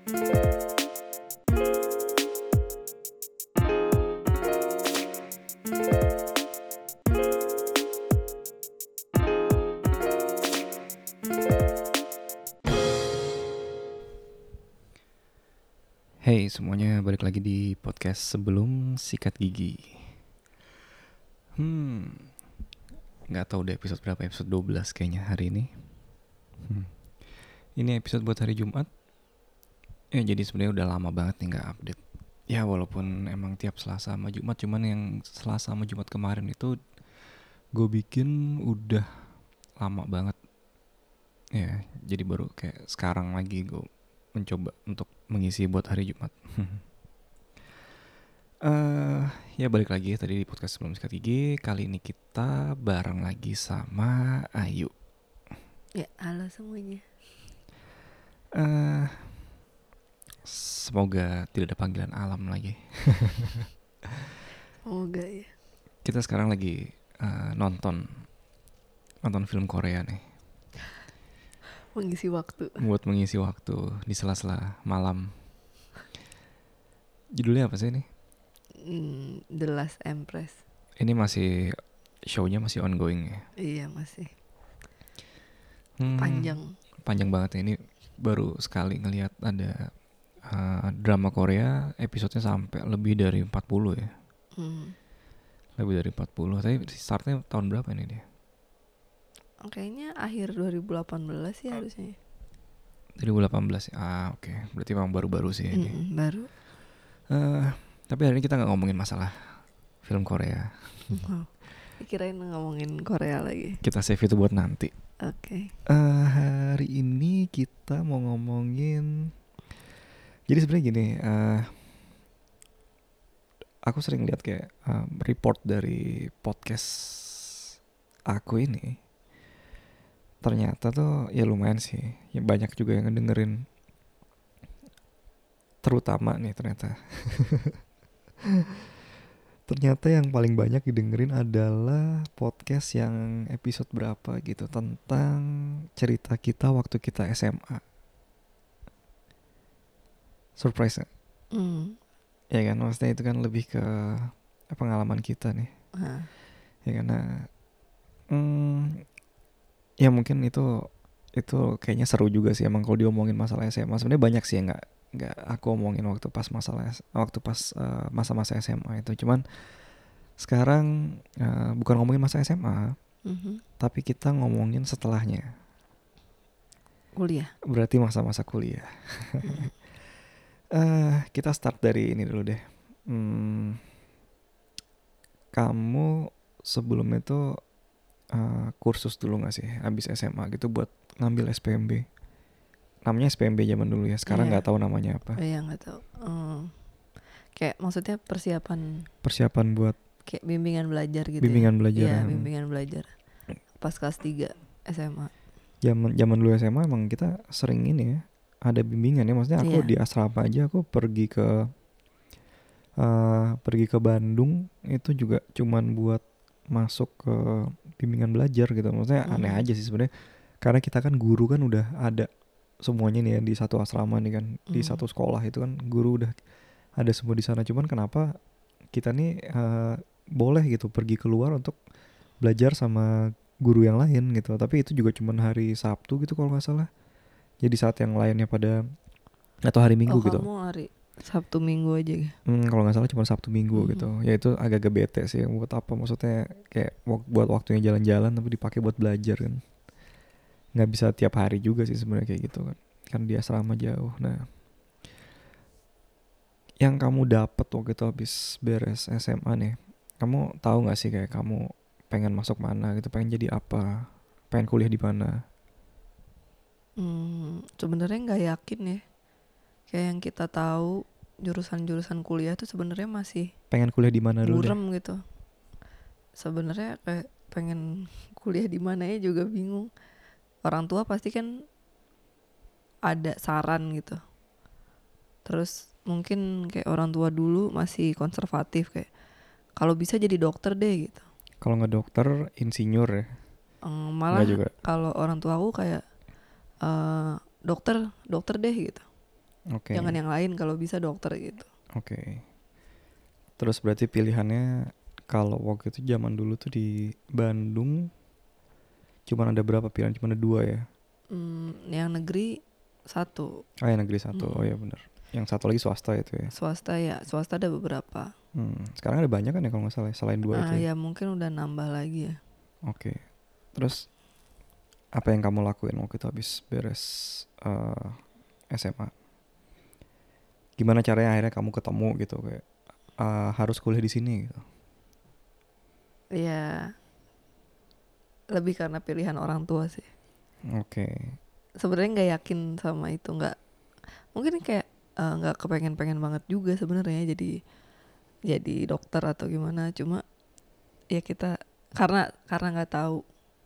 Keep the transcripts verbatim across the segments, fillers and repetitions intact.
Hey semuanya, balik lagi di podcast sebelum sikat gigi. Hmm, nggak tahu deh episode berapa, episode dua belas kayaknya hari ini. Hmm. Ini episode buat hari Jumat. Ya jadi sebenarnya udah lama banget nih nggak update. Ya walaupun emang tiap Selasa sama Jumat, cuman yang Selasa sama Jumat kemarin itu gue bikin udah lama banget. Ya jadi baru kayak sekarang lagi gue mencoba untuk mengisi buat hari Jumat. Uh, ya balik lagi tadi di podcast sebelum sikat gigi. Kali ini kita bareng lagi sama Ayu. Ya, halo semuanya. uh, Semoga tidak ada panggilan alam lagi. Semoga ya. Kita sekarang lagi uh, nonton Nonton film Korea nih, Mengisi waktu. buat mengisi waktu di sela-sela malam. Judulnya apa sih ini? Hmm, The Last Empress. Ini masih show-nya masih ongoing ya? Iya masih. Hmm, Panjang. Panjang banget ya. Ini baru sekali ngelihat ada uh, drama Korea episodenya sampai lebih dari empat puluh ya. Hmm. Lebih dari empat puluh. Tapi startnya tahun berapa ini dia? Kayaknya akhir dua ribu delapan belas sih harusnya. dua ribu delapan belas ya. Ah oke, okay. Berarti memang baru-baru sih ini. Mm-mm, baru. Uh, tapi hari ini kita gak ngomongin masalah film Korea. Oh, kirain ngomongin Korea lagi. Kita save itu buat nanti. Oke. Okay. Uh, hari ini kita mau ngomongin. Jadi sebenarnya gini, uh, aku sering lihat kayak uh, report dari podcast aku ini. Ternyata tuh ya lumayan sih, ya banyak juga yang ngedengerin. Terutama nih ternyata Ternyata yang paling banyak didengerin adalah podcast yang episode berapa gitu, tentang cerita kita waktu kita S M A. Surprise gak? Mm. Ya kan, maksudnya itu kan lebih ke pengalaman kita nih. Huh. Ya karena hmm, ya mungkin itu itu kayaknya seru juga sih emang kalau diomongin masalah S M A. Sebenarnya banyak sih yang nggak nggak aku omongin waktu pas masalah waktu pas uh, masa-masa S M A itu. Cuman sekarang uh, bukan ngomongin masa S M A, mm-hmm. tapi kita ngomongin setelahnya. Kuliah. Berarti masa-masa kuliah. mm. uh, kita start dari ini dulu deh. Hmm, kamu sebelum itu Uh, kursus dulu gak sih abis S M A gitu buat ngambil S P M B? Namanya S P M B zaman dulu ya, sekarang nggak yeah. tahu namanya apa. Iya oh, nggak tahu. Um, kayak maksudnya persiapan. Persiapan buat. Kayak bimbingan belajar gitu. Bimbingan ya? belajar. Iya bimbingan belajar. Pas kelas tiga S M A. Zaman zaman dulu S M A emang kita sering ini ya, ada bimbingan ya. Maksudnya aku yeah. di asrama aja aku pergi ke uh, pergi ke Bandung itu juga cuman buat masuk ke bimbingan belajar gitu. Maksudnya hmm. aneh aja sih sebenarnya, karena kita kan guru kan udah ada semuanya nih ya di satu asrama nih kan, hmm. di satu sekolah itu kan guru udah ada semua di sana. Cuman kenapa kita nih uh, boleh gitu pergi keluar untuk belajar sama guru yang lain gitu. Tapi itu juga cuman hari Sabtu gitu kalau nggak salah. Jadi saat yang lainnya pada atau hari Minggu oh, gitu. Kamu hari Sabtu Minggu aja ya? Hmm, kalau nggak salah cuma Sabtu Minggu mm-hmm. gitu. Ya itu agak-agak bete sih. Buat apa maksudnya, kayak buat waktunya jalan-jalan tapi dipakai buat belajar kan. Nggak bisa tiap hari juga sih sebenarnya kayak gitu kan. Kan di asrama jauh. Nah, yang kamu dapet waktu itu habis beres S M A nih, kamu tahu nggak sih kayak kamu pengen masuk mana gitu, pengen jadi apa, pengen kuliah di mana? Hmm, sebenarnya nggak yakin ya. Kayak yang kita tahu jurusan-jurusan kuliah tuh sebenarnya masih pengen kuliah di mana dulu deh. Buram gitu. Sebenarnya kayak pengen kuliah di mana ya juga bingung. Orang tua pasti kan ada saran gitu. Terus mungkin kayak orang tua dulu masih konservatif kayak kalau bisa jadi dokter deh gitu. Kalau nggak dokter, insinyur ya. Um, malah kalau orang tua aku kayak uh, dokter, dokter deh gitu. Oke. Jangan yang lain, kalau bisa dokter gitu. Oke. Terus berarti pilihannya kalau waktu itu zaman dulu tuh di Bandung cuman ada berapa pilihan? Cuma ada dua ya? Hmm, yang negeri satu. Ah, yang negeri satu. Oh Hmm. ya benar. Yang satu lagi swasta itu ya. Swasta ya, swasta ada beberapa. Hmm. Sekarang ada banyak kan ya kalau nggak salah ya, selain dua Ah itu ya. ya mungkin udah nambah lagi ya. Oke. Terus apa yang kamu lakuin waktu itu habis beres uh, S M A? Gimana caranya akhirnya kamu ketemu gitu kayak uh, harus kuliah di sini gitu? Ya lebih karena pilihan orang tua sih. Oke. Sebenarnya nggak yakin sama itu, nggak mungkin kayak eh, nggak uh, kepengen-pengen banget juga sebenarnya jadi jadi dokter atau gimana. Cuma ya kita karena karena nggak tahu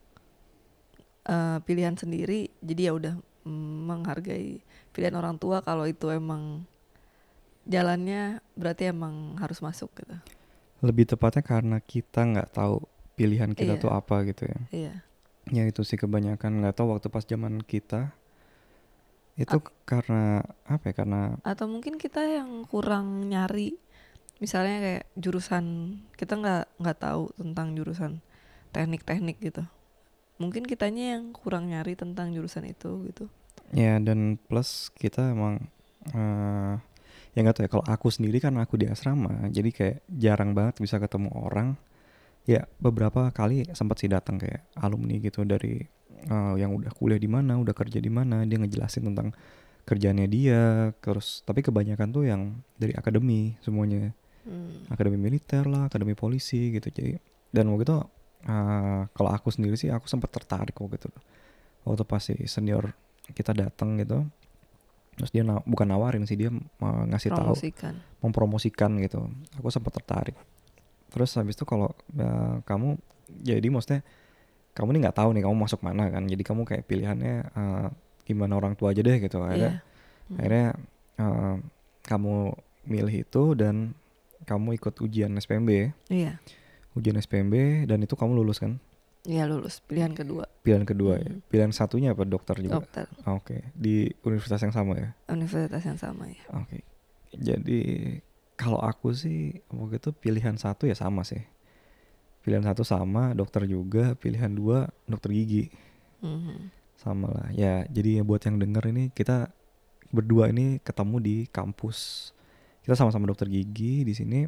uh, pilihan sendiri, jadi ya udah mm, menghargai pilihan orang tua. Kalau itu emang jalannya berarti emang harus masuk gitu. Lebih tepatnya karena kita nggak tahu pilihan kita Iya. tuh apa gitu ya. Iya. Ya itu sih kebanyakan nggak tahu waktu pas zaman kita itu A- karena apa ya, karena atau mungkin kita yang kurang nyari, misalnya kayak jurusan kita nggak nggak tahu tentang jurusan teknik-teknik gitu, mungkin kitanya yang kurang nyari tentang jurusan itu gitu. ya dan plus kita emang uh, ya nggak tahu ya, kalau aku sendiri kan aku di asrama jadi kayak jarang banget bisa ketemu orang. Ya beberapa kali sempat sih datang kayak alumni gitu dari uh, yang udah kuliah di mana, udah kerja di mana, dia ngejelasin tentang kerjaannya dia. Terus tapi kebanyakan tuh yang dari akademi semuanya, hmm. akademi militer lah, akademi polisi gitu. Jadi dan waktu itu uh, kalau aku sendiri sih aku sempat tertarik waktu itu. Waktu pas si senior kita datang gitu, terus dia na- bukan nawarin sih, dia uh, ngasih tahu, mempromosikan gitu. Aku sempat tertarik. Terus habis itu kalau uh, kamu jadi maksudnya kamu nih nggak tahu nih kamu masuk mana kan, jadi kamu kayak pilihannya uh, gimana orang tua aja deh gitu. Akhirnya yeah. hmm. akhirnya uh, kamu milih itu dan kamu ikut ujian S P M B. Iya. Ujian S P M B dan itu kamu lulus kan? Iya lulus, pilihan kedua. Pilihan kedua hmm. ya. Pilihan satunya apa, dokter juga? Dokter. Oh, oke, okay. Di universitas yang sama ya? Universitas yang sama ya. Oke. Okay. Jadi kalau aku sih waktu itu pilihan satu ya sama sih. Pilihan satu sama, dokter juga. Pilihan dua dokter gigi. Mm-hmm. Sama lah. Ya jadi buat yang denger ini, kita berdua ini ketemu di kampus. Kita sama-sama dokter gigi di sini.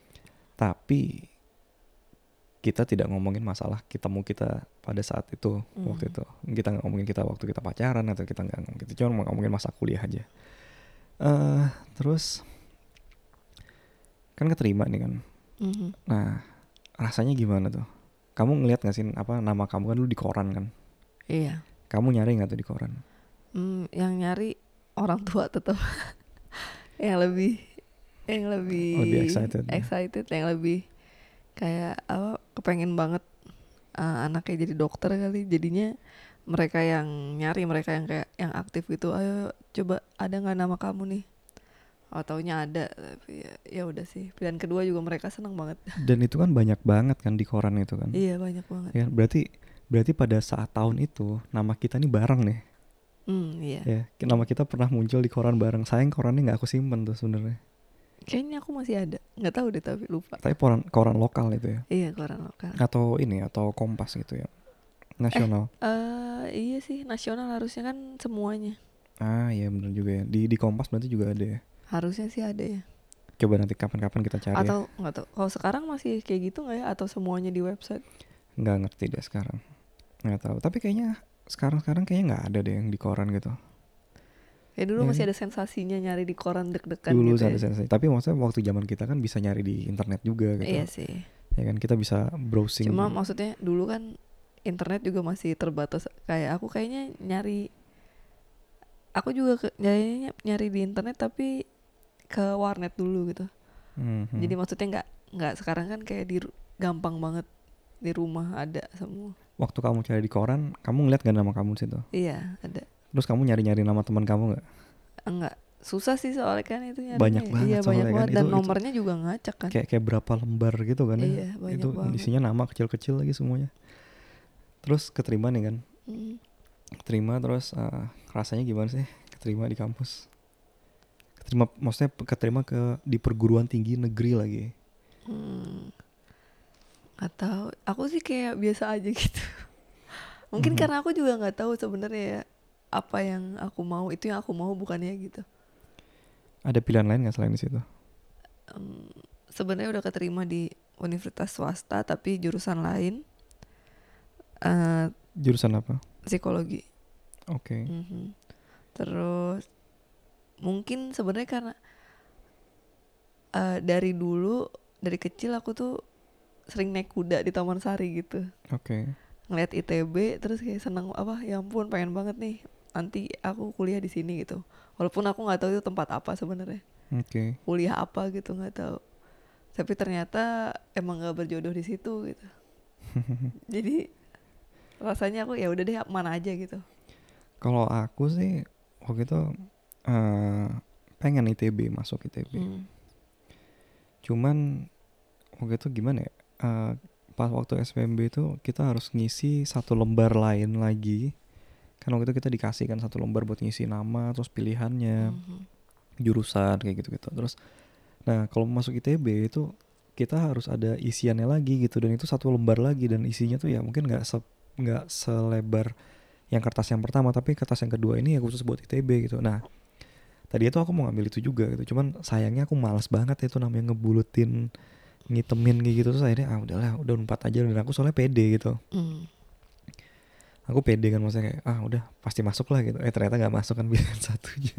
Tapi kita tidak ngomongin masalah ketemu kita pada saat itu, mm. waktu itu. Kita nggak ngomongin kita waktu kita pacaran atau kita nggak ngomongin gitu. Cuma ngomongin masa kuliah aja. Uh, terus kan keterima nih kan. Mm-hmm. Nah rasanya gimana tuh? Kamu ngeliat gak sih apa nama kamu kan dulu di koran kan? Iya. Kamu nyari gak tuh di koran? Hmm, yang nyari orang tua tetap. yang lebih yang lebih, lebih excited, excited ya? Yang lebih kayak apa, kepengen banget uh, anaknya jadi dokter kali. Jadinya mereka yang nyari, mereka yang kayak yang aktif gitu. Ayo coba, ada nggak nama kamu nih? Oh taunya ada, tapi ya, ya udah sih. Pilihan kedua juga mereka seneng banget. Dan itu kan banyak banget kan di koran itu kan? Iya banyak banget. Ya, berarti berarti pada saat tahun itu nama kita nih bareng nih. Hmm, iya. Ya, nama kita pernah muncul di koran bareng. Sayang korannya nggak aku simpen tuh sebenarnya. Kayaknya aku masih ada, nggak tahu deh tapi lupa. Tapi koran koran lokal itu ya? Iya koran lokal. Atau ini atau Kompas gitu ya? Nasional? Eh, uh, iya sih nasional harusnya kan semuanya. Ah iya benar juga ya. Di di Kompas berarti juga ada ya? Harusnya sih ada ya. Coba nanti kapan-kapan kita cari. Atau ya. nggak tahu. Kalau sekarang masih kayak gitu nggak ya? Atau semuanya di website? Nggak ngerti deh sekarang. Nggak tahu. Tapi kayaknya sekarang-sekarang kayaknya nggak ada deh yang di koran gitu. Ya dulu ya, masih ada sensasinya nyari di koran deg-degan dulu gitu ada ya. sensasi. Tapi maksudnya waktu zaman kita kan bisa nyari di internet juga gitu. Iya sih. Ya kan kita bisa browsing. Cuma maksudnya dulu kan internet juga masih terbatas. Kayak aku kayaknya nyari, aku juga ke, nyari nyari di internet tapi ke warnet dulu gitu. Mm-hmm. Jadi maksudnya nggak nggak sekarang kan kayak di gampang banget di rumah ada semua. Waktu kamu cari di koran, kamu ngeliat gak nama kamu di situ? Iya ada. Terus kamu nyari-nyari nama teman kamu nggak? Enggak, susah sih soalnya kan itu nyarinya. Banyak banget. Iya banyak kan? banget dan itu, nomornya itu juga ngacak kan. Kayak kayak berapa lembar gitu kan? Iya banyak itu banget. Isinya nama kecil-kecil lagi semuanya. Terus keterima nih kan? Mm. Keterima terus uh, rasanya gimana sih keterima di kampus? Terima, maksudnya keterima ke di perguruan tinggi negeri lagi. Hmm, nggak tahu. Aku sih kayak biasa aja gitu. Mungkin Mhm. karena aku juga nggak tahu sebenarnya ya apa yang aku mau itu yang aku mau bukannya gitu. Ada pilihan lain nggak selain di situ? Um, sebenarnya udah keterima di universitas swasta tapi jurusan lain. Uh, Jurusan apa? Psikologi. Oke. Okay. Mm-hmm. Terus mungkin sebenarnya karena uh, dari dulu dari kecil aku tuh sering naik kuda di Taman Sari gitu. Oke. Okay. Ngeliat I T B terus kayak seneng apa ya ampun pengen banget nih nanti aku kuliah di sini gitu. Walaupun aku nggak tahu itu tempat apa sebenarnya. Oke. Okay. Kuliah apa gitu nggak tahu. Tapi ternyata emang nggak berjodoh di situ gitu. Jadi rasanya aku ya udah deh mana aja gitu. Kalau aku sih waktu itu uh, pengen I T B, masuk I T B. Hmm. Cuman waktu itu gimana ya? Uh, pas waktu S B M B itu kita harus ngisi satu lembar lain lagi. Kan waktu itu kita dikasih kan satu lembar buat ngisi nama, terus pilihannya, mm-hmm. jurusan kayak gitu-gitu. Terus, nah kalau masuk I T B itu kita harus ada isiannya lagi gitu, dan itu satu lembar lagi, dan isinya tuh ya mungkin nggak se nggak selebar yang kertas yang pertama, tapi kertas yang kedua ini ya khusus buat I T B gitu. Nah tadi itu aku mau ngambil itu juga gitu, cuman sayangnya aku malas banget itu namanya ngebulutin, ngitemin kayak gitu. Terus akhirnya ah udahlah, udah unpad aja, dan aku soalnya pede gitu. Mm. Aku pede kan, maksudnya kayak ah udah pasti masuk lah gitu. Eh ternyata nggak masuk kan, pilihan satunya.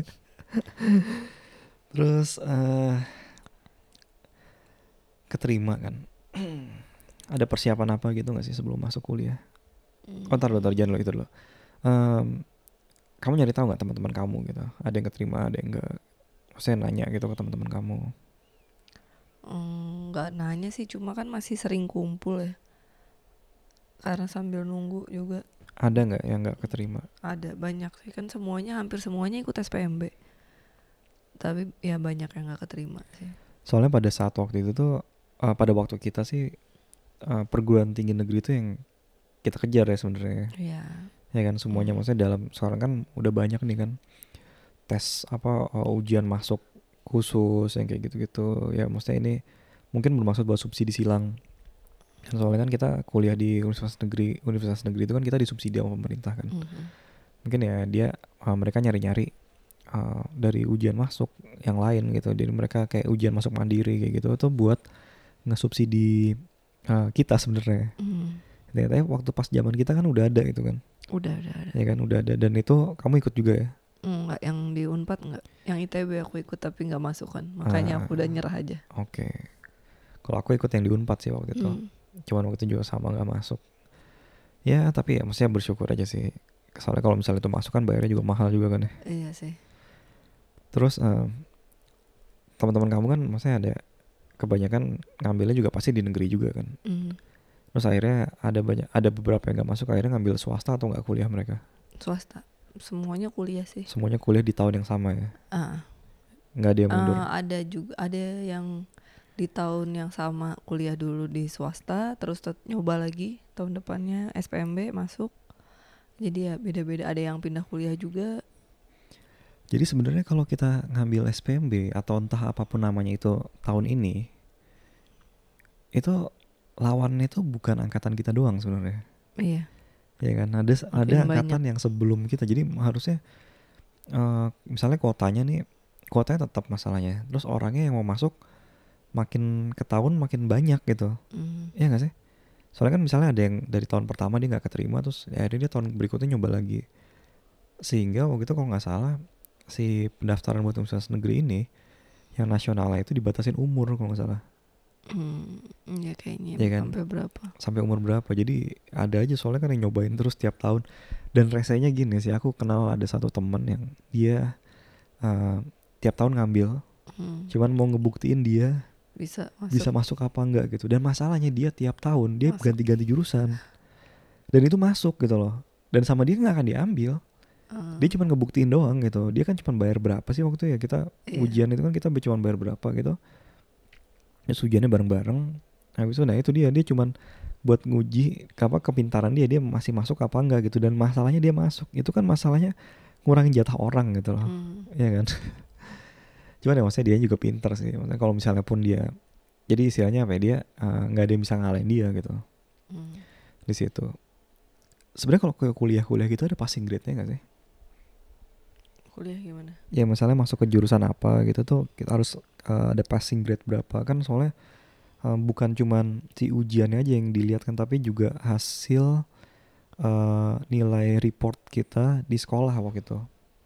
Terus uh, keterima kan. Ada persiapan apa gitu nggak sih sebelum masuk kuliah? Oh ntar dulu, ntar jangan dulu itu dulu. Um, kamu nyari tahu nggak teman-teman kamu gitu? Ada yang keterima, ada yang enggak? Maksudnya nanya gitu ke teman-teman kamu? Nggak mm, nanya sih, cuma kan masih sering kumpul ya. Karena sambil nunggu juga. Ada nggak yang nggak keterima? Ada, banyak sih kan, semuanya hampir semuanya ikut S P M B. Tapi ya banyak yang nggak keterima sih. Soalnya pada saat waktu itu tuh uh, pada waktu kita sih uh, perguruan tinggi negeri itu yang kita kejar ya sebenarnya. Iya. Ya kan semuanya, hmm. maksudnya dalam sekarang kan udah banyak nih kan tes apa uh, ujian masuk khusus yang kayak gitu-gitu. Ya maksudnya ini mungkin bermaksud buat subsidi silang. Soalnya kan kita kuliah di universitas negeri, universitas negeri itu kan kita disubsidi sama pemerintah kan. Mm-hmm. Mungkin ya dia uh, mereka nyari-nyari uh, dari ujian masuk yang lain gitu. Jadi mereka kayak ujian masuk mandiri kayak gitu itu buat ngesubsidi uh, kita sebenarnya. Mm. Ternyata waktu pas zaman kita kan udah ada itu kan. Udah ada. Ya kan udah ada, dan itu kamu ikut juga ya? Enggak, yang di Unpad enggak. Yang I T B aku ikut tapi enggak masuk kan. Makanya uh, aku udah nyerah aja. Oke. Okay. Kalau aku ikut yang di Unpad sih waktu itu. Mm. Cuman waktu itu juga sama gak masuk. Ya tapi ya maksudnya bersyukur aja sih. Soalnya kalau misalnya itu masuk kan bayarnya juga mahal juga kan ya. Iya sih. Terus uh, teman-teman kamu kan maksudnya ada kebanyakan ngambilnya juga pasti di negeri juga kan. Mm. Terus akhirnya ada banyak ada beberapa yang gak masuk, akhirnya ngambil swasta atau gak kuliah mereka? Swasta. Semuanya kuliah sih. Semuanya kuliah di tahun yang sama ya? Uh. Gak ada yang mundur? Uh, ada juga, ada yang di tahun yang sama kuliah dulu di swasta, terus tet- nyoba lagi tahun depannya S P M B masuk. Jadi ya beda-beda, ada yang pindah kuliah juga. Jadi sebenarnya kalau kita ngambil S P M B atau entah apapun namanya itu tahun ini, itu lawannya itu bukan angkatan kita doang sebenarnya. Iya. Ya kan, ada Makin ada angkatan banyak yang sebelum kita. Jadi harusnya uh, misalnya kuotanya nih, kuotanya tetap masalahnya. Terus orangnya yang mau masuk makin ke tahun makin banyak gitu. Mm. Iya gak sih? Soalnya kan misalnya ada yang dari tahun pertama dia gak keterima, terus ya akhirnya dia tahun berikutnya nyoba lagi. Sehingga waktu itu kalau gak salah si pendaftaran buat universitas negeri ini yang nasionalnya itu dibatasin umur kalau gak salah. Hmm, ya kayaknya ya kan? Sampai berapa? Sampai umur berapa. Jadi ada aja soalnya kan yang nyobain terus tiap tahun. Dan resenya gini sih, aku kenal ada satu temen yang dia uh, tiap tahun ngambil, hmm. cuman mau ngebuktiin dia bisa masuk. bisa masuk apa enggak gitu. Dan masalahnya dia tiap tahun dia masuk. ganti-ganti jurusan, dan itu masuk gitu loh. Dan sama dia nggak akan diambil. uh. Dia cuma ngebuktiin doang gitu. Dia kan cuma bayar berapa sih waktu itu ya, kita yeah. ujian itu kan kita cuma bayar berapa gitu. Terus ujiannya bareng-bareng. Habis itu nah itu dia dia cuma buat nguji apa kepintaran dia, dia masih masuk apa enggak gitu. Dan masalahnya dia masuk, itu kan masalahnya ngurangin jatah orang gitu loh. hmm. Ya kan. Cuman ya maksudnya dia juga pinter sih. Maksudnya kalau misalnya pun dia, jadi istilahnya apa ya, dia nggak uh, ada yang bisa ngalahin dia gitu hmm. di situ. Sebenarnya kalau ke kuliah-kuliah gitu ada passing grade-nya nggak sih? Kuliah gimana? Ya misalnya masuk ke jurusan apa gitu tuh kita harus uh, ada passing grade berapa kan, soalnya uh, bukan cuman si ujiannya aja yang dilihat kan, tapi juga hasil uh, nilai report kita di sekolah waktu itu.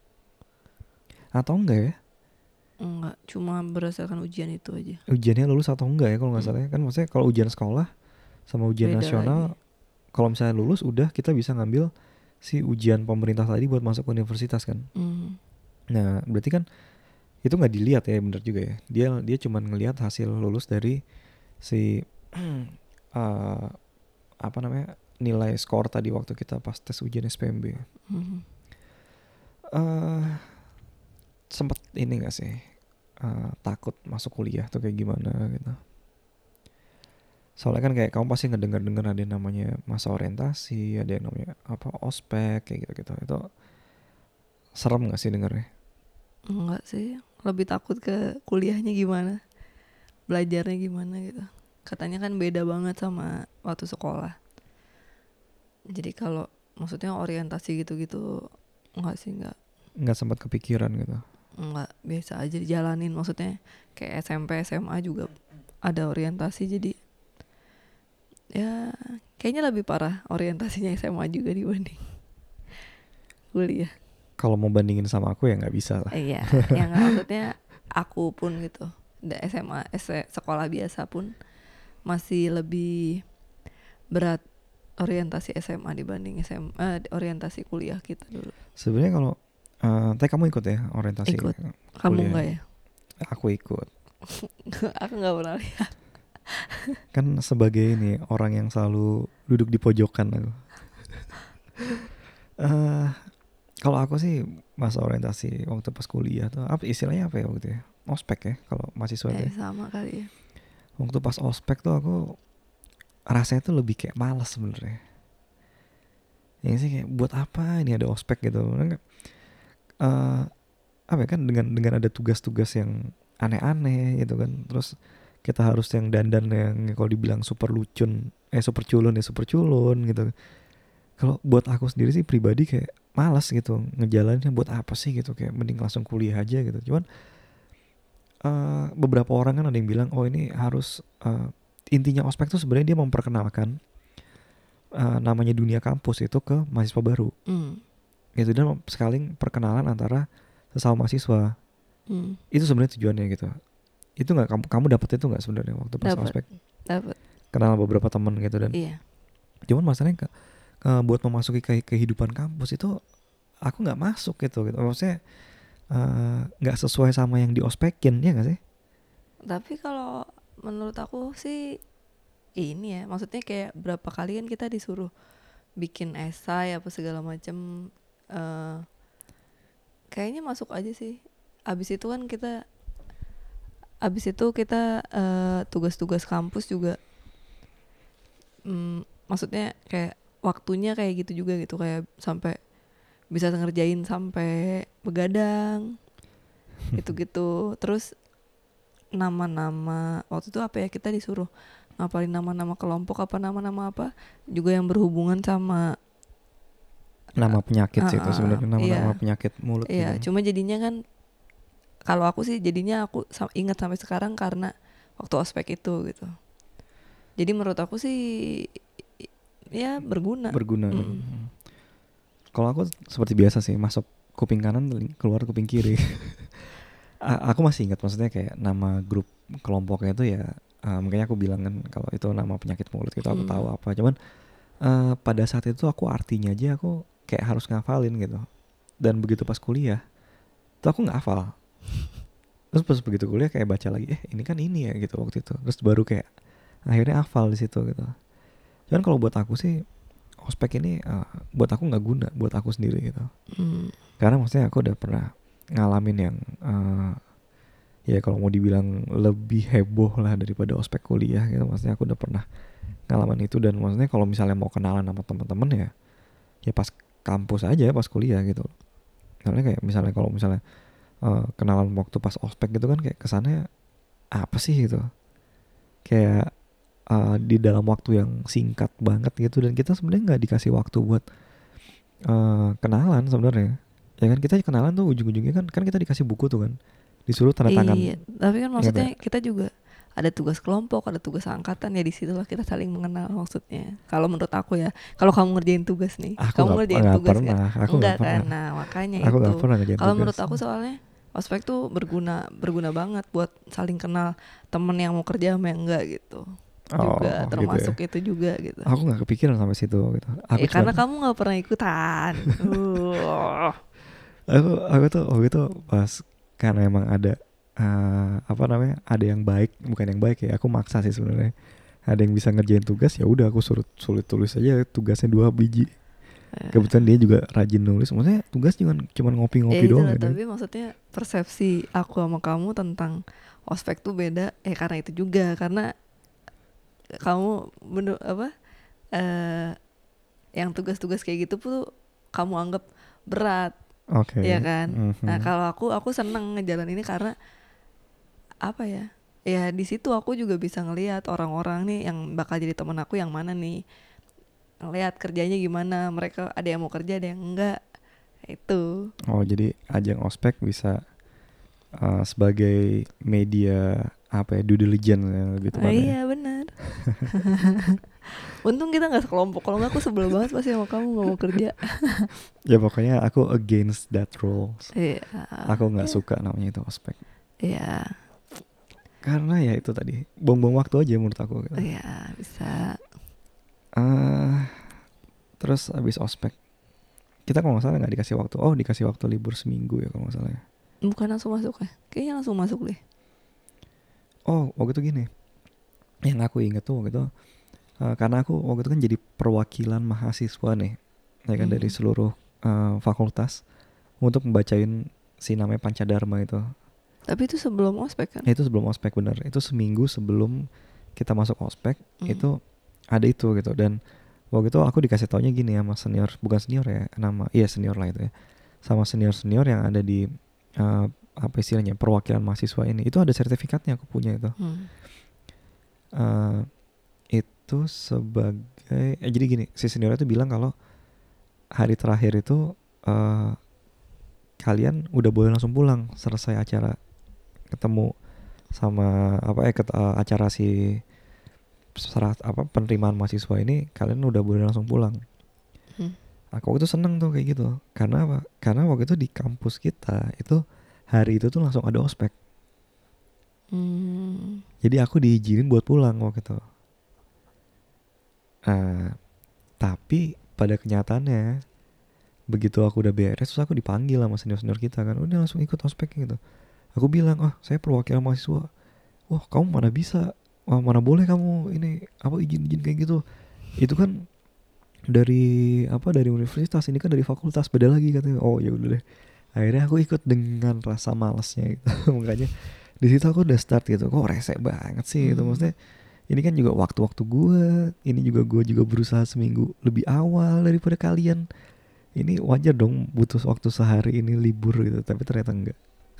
Atau enggak ya? Enggak, cuma berdasarkan ujian itu aja. Ujiannya lulus atau enggak ya kalau nggak hmm. salah ya. Kan maksudnya kalau ujian sekolah sama ujian beda nasional, kalau misalnya lulus udah kita bisa ngambil si ujian pemerintah tadi buat masuk universitas kan. Hmm. Nah berarti kan itu nggak dilihat ya, bener juga ya. Dia dia cuma ngelihat hasil lulus dari si uh, apa namanya nilai skor tadi waktu kita pas tes ujian S P M B. Hmm. Uh, sempet ini nggak sih uh, takut masuk kuliah tuh kayak gimana gitu? Soalnya kan kayak kamu pasti ngedenger-denger ada yang namanya masa orientasi, ada yang namanya apa ospek kayak gitu-gitu. Itu serem nggak sih dengernya? Enggak sih, lebih takut ke kuliahnya gimana, belajarnya gimana gitu. Katanya kan beda banget sama waktu sekolah. Jadi kalau maksudnya orientasi gitu-gitu enggak sih, enggak. Enggak sempat kepikiran gitu? Enggak, biasa aja dijalanin. Maksudnya kayak S M P, S M A juga ada orientasi, jadi ya kayaknya lebih parah orientasinya S M A juga dibanding kuliah. Kalau mau bandingin sama aku ya nggak bisa lah. Iya, yang maksudnya aku pun gitu, S M A, sekolah biasa pun masih lebih berat orientasi S M A dibanding S M A, orientasi kuliah kita dulu. Sebenarnya kalau uh, tadi kamu ikut ya orientasi? Ikut. Kamu nggak ya? Aku ikut. Aku nggak pernah lihat. Kan sebagai ini orang yang selalu duduk di pojokan aku. uh, Kalau aku sih masa orientasi waktu pas kuliah tuh apa istilahnya apa ya waktu ya? Ospek ya kalau mahasiswa eh, ya. Sama kali ya. Waktu pas ospek tuh aku rasanya tuh lebih kayak malas sebenarnya. Ya sih kayak buat apa ini ada ospek gitu. Uh, apa ya kan dengan dengan ada tugas-tugas yang aneh-aneh gitu kan. Terus kita harus yang dandan yang kalau dibilang super lucun, eh super culun ya super culun gitu. Kalau buat aku sendiri sih pribadi kayak malas gitu ngejalaninnya, buat apa sih gitu, kayak mending langsung kuliah aja gitu. Cuman uh, beberapa orang kan ada yang bilang oh ini harus uh, intinya ospek tuh sebenarnya dia memperkenalkan uh, namanya dunia kampus itu ke mahasiswa baru. Mm. Gitu, dan sekali perkenalan antara sesama mahasiswa. Mm. Itu sebenarnya tujuannya gitu. Itu nggak kamu kamu dapet itu nggak sebenarnya waktu pas dapet, ospek? Dapat. Kenal beberapa teman gitu dan. Iya. Cuman masalahnya ke Uh, buat memasuki ke kehidupan kampus itu aku nggak masuk gitu gitu maksudnya nggak uh, sesuai sama yang diospekin ya nggak sih? Tapi kalau menurut aku sih ini ya, maksudnya kayak berapa kali kan kita disuruh bikin esai apa segala macam, uh, kayaknya masuk aja sih. Abis itu kan kita abis itu kita uh, tugas-tugas kampus juga, um, maksudnya kayak waktunya kayak gitu juga gitu, kayak sampai bisa ngerjain sampai begadang gitu-gitu. Terus nama-nama waktu itu apa ya, kita disuruh ngapalin nama-nama kelompok apa nama-nama apa juga yang berhubungan sama nama penyakit uh, sih itu sebenarnya nama-nama iya, penyakit mulut. Iya, gitu. Cuma jadinya kan kalau aku sih jadinya aku ingat sampai sekarang karena waktu ospek itu gitu. Jadi menurut aku sih ya berguna. Berguna. Mm. Kalau aku seperti biasa sih, masuk kuping kanan keluar kuping kiri. A- aku masih ingat maksudnya kayak nama grup kelompoknya itu ya, uh, makanya aku bilang kan kalau itu nama penyakit mulut gitu aku mm. tahu apa. Cuman uh, pada saat itu aku artinya aja aku kayak harus ngafalin gitu. Dan begitu pas kuliah, tuh aku nggak hafal. Terus pas begitu kuliah kayak baca lagi, eh ini kan ini ya gitu waktu itu. Terus baru kayak akhirnya hafal di situ gitu. Cuman kalau buat aku sih ospek ini uh, buat aku nggak guna buat aku sendiri gitu. Mm. Karena maksudnya aku udah pernah ngalamin yang uh, ya kalau mau dibilang lebih heboh lah daripada ospek kuliah gitu. Maksudnya aku udah pernah ngalamin itu, dan maksudnya kalau misalnya mau kenalan sama teman-teman ya ya pas kampus aja pas kuliah gitu. Karena kayak misalnya kalau misalnya uh, kenalan waktu pas ospek gitu kan kayak kesannya apa sih gitu, kayak uh, di dalam waktu yang singkat banget gitu, dan kita sebenarnya nggak dikasih waktu buat uh, kenalan sebenarnya. Ya kan kita kenalan tuh ujung-ujungnya kan kan kita dikasih buku tuh kan, disuruh tanda tangan. Iya, tapi kan Ya maksudnya gak? kita juga ada tugas kelompok, ada tugas angkatan, ya disitulah kita saling mengenal maksudnya. Kalau menurut aku ya, kalau kamu ngerjain tugas nih, Aku kamu nggak ngerjain nggak tugas kan? pernah, aku nggak Enggak kan? pernah, Nah makanya aku nggak itu. pernah ngerjain Kalau tugas. menurut aku soalnya ospek tuh berguna berguna banget buat saling kenal temen yang mau kerja sama yang enggak gitu. Juga Oh gitu ya. termasuk itu juga gitu. Aku nggak kepikiran sampai situ gitu. Aku Ya cuman karena kamu nggak pernah ikutan. uh. aku aku tuh waktu itu pas karena emang ada uh, apa namanya, ada yang baik, bukan yang baik ya, aku maksa sih sebenarnya, ada yang bisa ngerjain tugas ya udah aku suruh sulit tulis aja tugasnya dua biji. Kebetulan dia juga rajin nulis, maksudnya tugas cuma cuma ngopi-ngopi Ya itu doang lah, ya. tapi maksudnya persepsi aku sama kamu tentang ospek tuh beda. Eh karena itu juga, karena kamu bener apa eh yang tugas-tugas kayak gitu tuh kamu anggap berat. Oke. Ya kan. Mm-hmm. Nah kalau aku aku seneng ngejalan ini karena apa ya? Ya di situ aku juga bisa ngelihat orang-orang nih yang bakal jadi teman aku yang mana nih, ngelihat kerjanya gimana, mereka ada yang mau kerja ada yang enggak. Itu. Oh jadi ajang ospek bisa uh, sebagai media apa ya, due diligence ya, lebih Oh, tepatnya. iya benar. Untung kita nggak sekelompok, kalau nggak aku sebel banget pasti sama kamu nggak mau kerja. Ya pokoknya aku against that rules. Iya. Aku nggak Iya. suka namanya itu ospek. Iya. Karena ya itu tadi buang-buang waktu aja menurut aku. Gitu. Iya bisa. Uh, terus abis ospek kita kalau nggak salah nggak dikasih waktu. Oh dikasih waktu libur seminggu ya kalau nggak salah ya. Bukan langsung masuk ya? Kayaknya langsung masuk deh. Oh waktu itu gini, yang aku inget tuh waktu itu uh, karena aku waktu itu kan jadi perwakilan mahasiswa nih, ya kan, hmm. dari seluruh uh, fakultas untuk membacain si namanya Pancadharma itu. Tapi itu sebelum ospek kan? Ya, itu sebelum ospek bener. Itu seminggu sebelum kita masuk ospek hmm. itu ada itu gitu. Dan waktu itu aku dikasih taunya gini sama senior, bukan senior ya, nama iya senior lah itu ya, sama senior-senior yang ada di uh, apa istilahnya perwakilan mahasiswa ini, itu ada sertifikatnya aku punya itu. Hmm. Uh, itu sebagai eh, jadi gini, si senior itu bilang kalau hari terakhir itu uh, kalian udah boleh langsung pulang selesai acara, ketemu sama apa eh ket, uh, acara si serat apa penerimaan mahasiswa ini, kalian udah boleh langsung pulang. Hmm. Aku itu seneng tuh kayak gitu. Karena apa? Karena waktu itu di kampus kita itu hari itu tuh langsung ada ospek. Hmm. Jadi aku diizinin buat pulang waktu itu. Nah, tapi pada kenyataannya begitu aku udah beres terus aku dipanggil sama senior-senior kita kan, udah langsung ikut ospek gitu. Aku bilang, oh saya perwakilan mahasiswa. Wah kamu mana bisa, wah mana boleh kamu ini apa izin-izin kayak gitu. Itu kan dari apa dari universitas, ini kan dari fakultas, beda lagi katanya. Oh ya udah deh. Akhirnya aku ikut dengan rasa malasnya gitu. Makanya di situ aku udah start gitu. Kok rese banget sih hmm. gitu. Maksudnya ini kan juga waktu-waktu gue. Ini juga gue juga berusaha seminggu lebih awal daripada kalian. Ini wajar dong butuh waktu sehari ini libur gitu. Tapi ternyata enggak.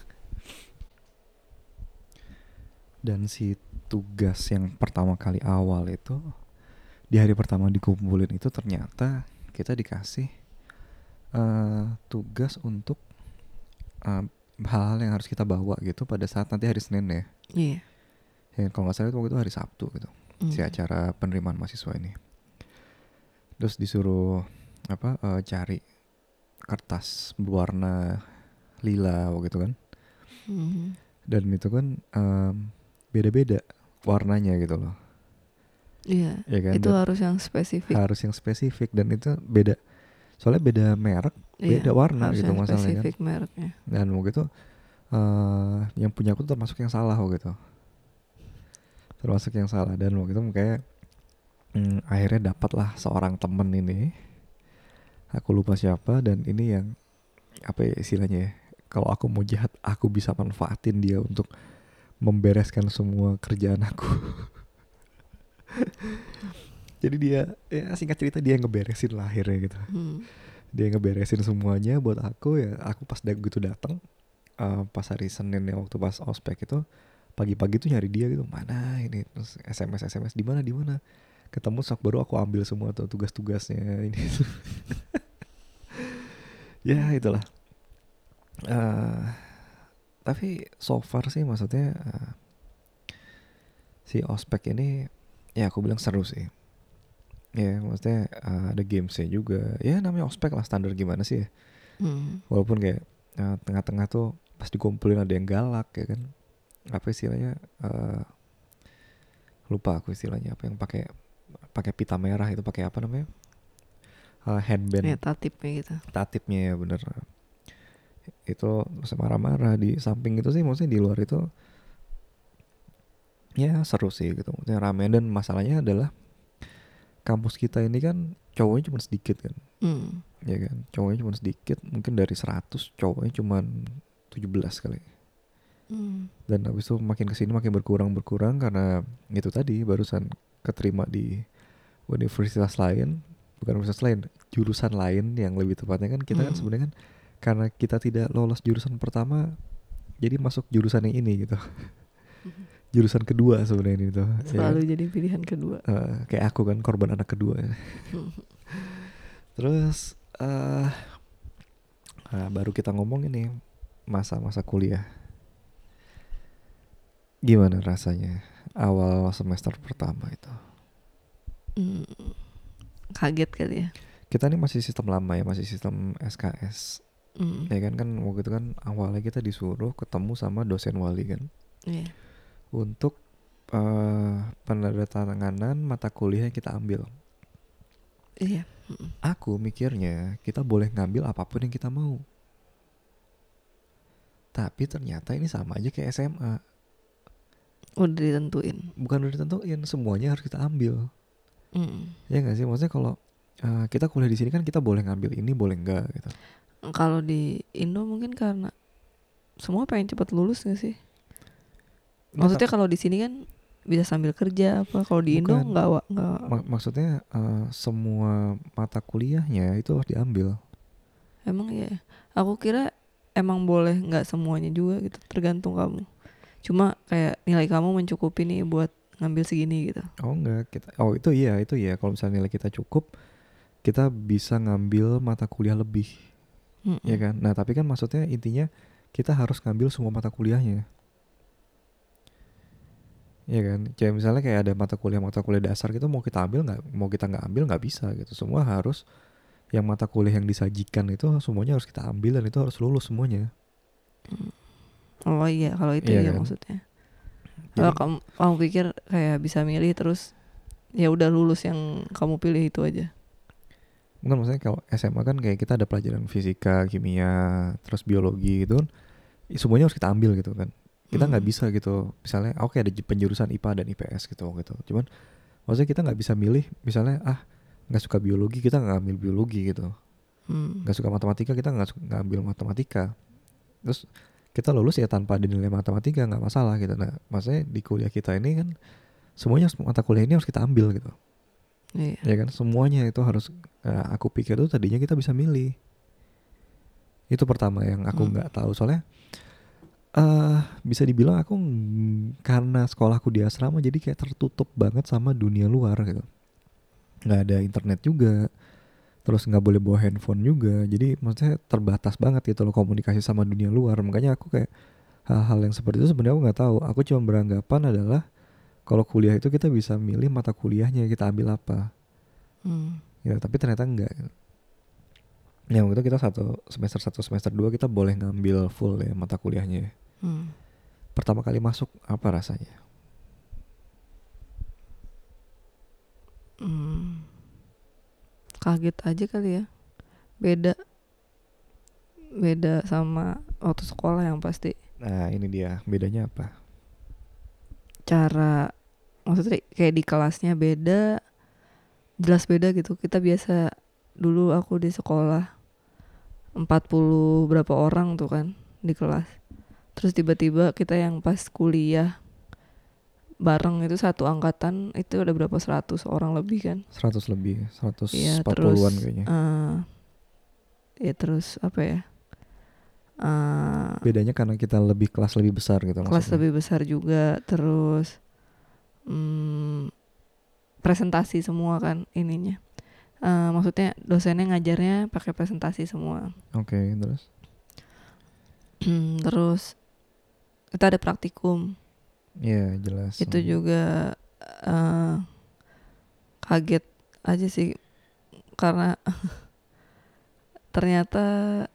Dan si tugas yang pertama kali awal itu, di hari pertama dikumpulin itu ternyata kita dikasih uh, tugas untuk uh, hal-hal yang harus kita bawa gitu pada saat nanti hari Senin ya. Iya. Yeah. Ya, kalau nggak salah itu waktu itu hari Sabtu gitu. Mm. Si acara penerimaan mahasiswa ini. Terus disuruh apa uh, cari kertas berwarna lila waktu itu kan. Mm. Dan itu kan um, beda-beda warnanya gitu loh. Iya, ya kan? Itu dan harus yang spesifik. Harus yang spesifik dan itu beda. Soalnya beda merek, iya, beda warna gitu masalahnya. Spesifik kan? Mereknya. Dan waktu itu uh, yang punya aku termasuk yang salah waktu itu. Termasuk yang salah dan waktu itu kayak hmm, akhirnya dapatlah seorang temen ini. Aku lupa siapa dan ini yang apa ya istilahnya ya. Kalau aku mau jahat, aku bisa manfaatin dia untuk membereskan semua kerjaan aku. Jadi dia, ya singkat cerita dia ngeberesin lah akhirnya gitu. Hmm. Dia ngeberesin semuanya buat aku ya. Aku pas begitu datang, uh, pas hari Senin ya waktu pas ospek itu pagi-pagi tuh nyari dia gitu, mana ini, terus S M S S M S di mana di mana, ketemu sok baru aku ambil semua tuh tugas-tugasnya ini. Ya itulah. Uh, tapi so far sih maksudnya uh, si ospek ini ya aku bilang seru sih. Ya maksudnya uh, ada gamesnya juga. Ya namanya ospek lah, standar gimana sih ya. Hmm. Walaupun kayak uh, tengah-tengah tuh pas dikumpulin ada yang galak ya kan. Apa istilahnya? Uh, lupa aku istilahnya apa, yang pakai pakai pita merah itu, pakai apa namanya? Uh, handband. Ya tatipnya gitu. Tatipnya ya bener. Itu terus marah-marah di samping itu sih, maksudnya di luar itu ya seru sih gitu. Maksudnya rame, dan masalahnya adalah kampus kita ini kan cowoknya cuma sedikit kan. Hmm. Ya kan, cowoknya cuma sedikit, mungkin dari seratus cowoknya cuma tujuh belas kali. Hmm. Dan habis itu makin kesini makin berkurang berkurang karena itu tadi barusan keterima di universitas lain, bukan universitas lain, jurusan lain yang lebih tepatnya kan. Kita hmm. kan sebenarnya kan karena kita tidak lolos jurusan pertama, jadi masuk jurusan yang ini gitu. Hmm. Jurusan kedua sebenarnya ini tuh. Selalu ya. Jadi pilihan kedua. Uh, kayak aku kan korban anak kedua. Hmm. Terus uh, nah baru kita ngomong ini masa-masa kuliah. Gimana rasanya awal semester pertama itu? Hmm, kaget kali ya. Kita ini masih sistem lama ya, masih sistem S K S. Hmm. Ya kan, kan waktu itu kan awalnya kita disuruh ketemu sama dosen wali kan. Iya. Yeah. Untuk uh, penandatanganan mata kuliah yang kita ambil. Iya. Yeah. Aku mikirnya kita boleh ngambil apapun yang kita mau. Tapi ternyata ini sama aja kayak S M A. Udah ditentuin. Bukan udah ditentuin, semuanya harus kita ambil. Mm. Ya nggak sih, maksudnya kalau uh, kita kuliah di sini kan kita boleh ngambil ini, boleh enggak gitu. Kalau di Indo mungkin karena semua pengen cepat lulus nggak sih? Maksudnya kalau di sini kan bisa sambil kerja apa. Kalau di Indo nggak nggak. Mak- maksudnya uh, semua mata kuliahnya itu harus diambil. Emang ya. Aku kira emang boleh nggak semuanya juga gitu. Tergantung kamu. Cuma kayak nilai kamu mencukupi nih buat ngambil segini gitu. Oh enggak, kita. Oh itu iya, itu iya. Kalau misalnya nilai kita cukup, kita bisa ngambil mata kuliah lebih. Mm-mm. Ya kan? Nah, tapi kan maksudnya intinya kita harus ngambil semua mata kuliahnya. Ya kan? Kayak misalnya kayak ada mata kuliah-mata kuliah dasar gitu, mau kita ambil nggak, mau kita nggak ambil nggak bisa gitu. Semua harus, yang mata kuliah yang disajikan itu semuanya harus kita ambil, dan itu harus lulus semuanya. Mm. Oh iya, kalau itu iya, ya kan? Maksudnya. Kalau kamu, kamu pikir kayak bisa milih terus ya udah lulus yang kamu pilih itu aja. Mungkin maksudnya kalau S M A kan kayak kita ada pelajaran fisika, kimia, terus biologi gitu kan, semuanya harus kita ambil gitu kan. Kita nggak hmm. bisa gitu, misalnya oke okay, ada penjurusan I P A dan I P S gitu gitu. Cuman maksudnya kita nggak bisa milih, misalnya ah nggak suka biologi kita nggak ambil biologi gitu, nggak hmm. suka matematika kita nggak nggak ambil matematika. Terus kita lulus ya tanpa ada nilai matematika nggak masalah gitu. Nah maksudnya di kuliah kita ini kan semuanya mata kuliah ini harus kita ambil gitu. Iya. Ya kan, semuanya itu harus. Nah, aku pikir tuh tadinya kita bisa milih. Itu pertama yang aku nggak hmm. tahu, soalnya uh, bisa dibilang aku ng- karena sekolahku di asrama jadi kayak tertutup banget sama dunia luar gitu. Nggak ada internet juga. Terus gak boleh bawa handphone juga. Jadi maksudnya terbatas banget gitu loh komunikasi sama dunia luar. Makanya aku kayak hal-hal yang seperti itu sebenarnya aku gak tahu. Aku cuma beranggapan adalah kalau kuliah itu kita bisa milih mata kuliahnya kita ambil apa. hmm. Ya tapi ternyata enggak. Ya waktu itu kita satu semester satu semester dua kita boleh ngambil full ya mata kuliahnya. hmm. Pertama kali masuk apa rasanya? Hmm kaget aja kali ya, beda beda sama waktu sekolah yang pasti. Nah ini dia bedanya apa? Cara maksudnya kayak di kelasnya beda, jelas beda gitu. Kita biasa dulu aku di sekolah empat puluh berapa orang tuh kan di kelas, terus tiba-tiba kita yang pas kuliah bareng itu satu angkatan itu ada berapa seratus orang lebih kan? seratus lebih, seratus empat puluhan ya, kayaknya. Uh, ya terus apa ya? Uh, Bedanya karena kita lebih kelas lebih besar gitu kelas maksudnya. lebih besar juga, terus hmm, presentasi semua kan ininya. Uh, maksudnya dosennya ngajarnya pakai presentasi semua. Oke, okay, terus? Terus kita ada praktikum. Iya, yeah, jelas. Itu juga uh, kaget aja sih karena ternyata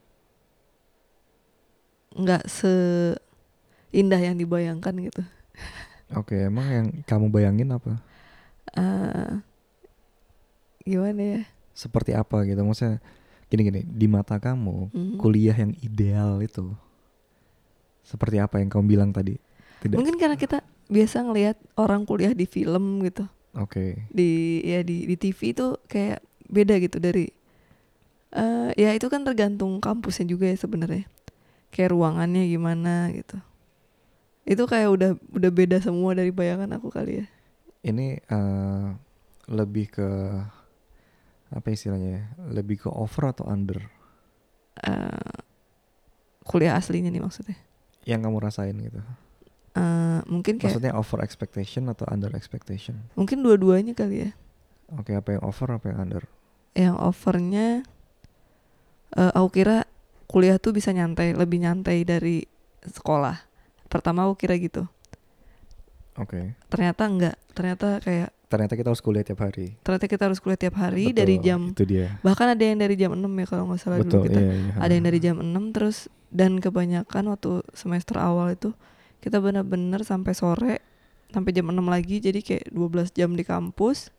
nggak seindah yang dibayangkan gitu. Oke, okay, emang yang kamu bayangin apa? Uh, gimana ya? Seperti apa gitu, maksudnya gini-gini, di mata kamu mm-hmm. kuliah yang ideal itu seperti apa yang kamu bilang tadi? Tidak. Mungkin karena kita biasa ngelihat orang kuliah di film gitu. Oke. Okay. Di ya di di T V itu kayak beda gitu dari uh, ya itu kan tergantung kampusnya juga ya sebenarnya. Kayak ruangannya gimana gitu. Itu kayak udah udah beda semua dari bayangan aku kali ya. Ini uh, lebih ke apa istilahnya ya? Lebih ke over atau under? Uh, kuliah aslinya nih maksudnya. Yang kamu rasain gitu. Uh, mungkin kayak maksudnya over expectation atau under expectation? Mungkin dua-duanya kali ya. Oke, okay, apa yang over apa yang under? Yang overnya uh, aku kira kuliah tuh bisa nyantai, lebih nyantai dari sekolah. Pertama aku kira gitu. Oke. Okay. Ternyata enggak, ternyata kayak ternyata kita harus kuliah tiap hari. Ternyata kita harus kuliah tiap hari. Betul, dari jam itu dia. Bahkan ada yang dari jam enam ya kalau enggak salah. Betul, dulu kita. Iya, iya. Ada yang dari jam enam terus, dan kebanyakan waktu semester awal itu kita benar-benar sampai sore, sampai jam enam lagi, jadi kayak dua belas jam di kampus.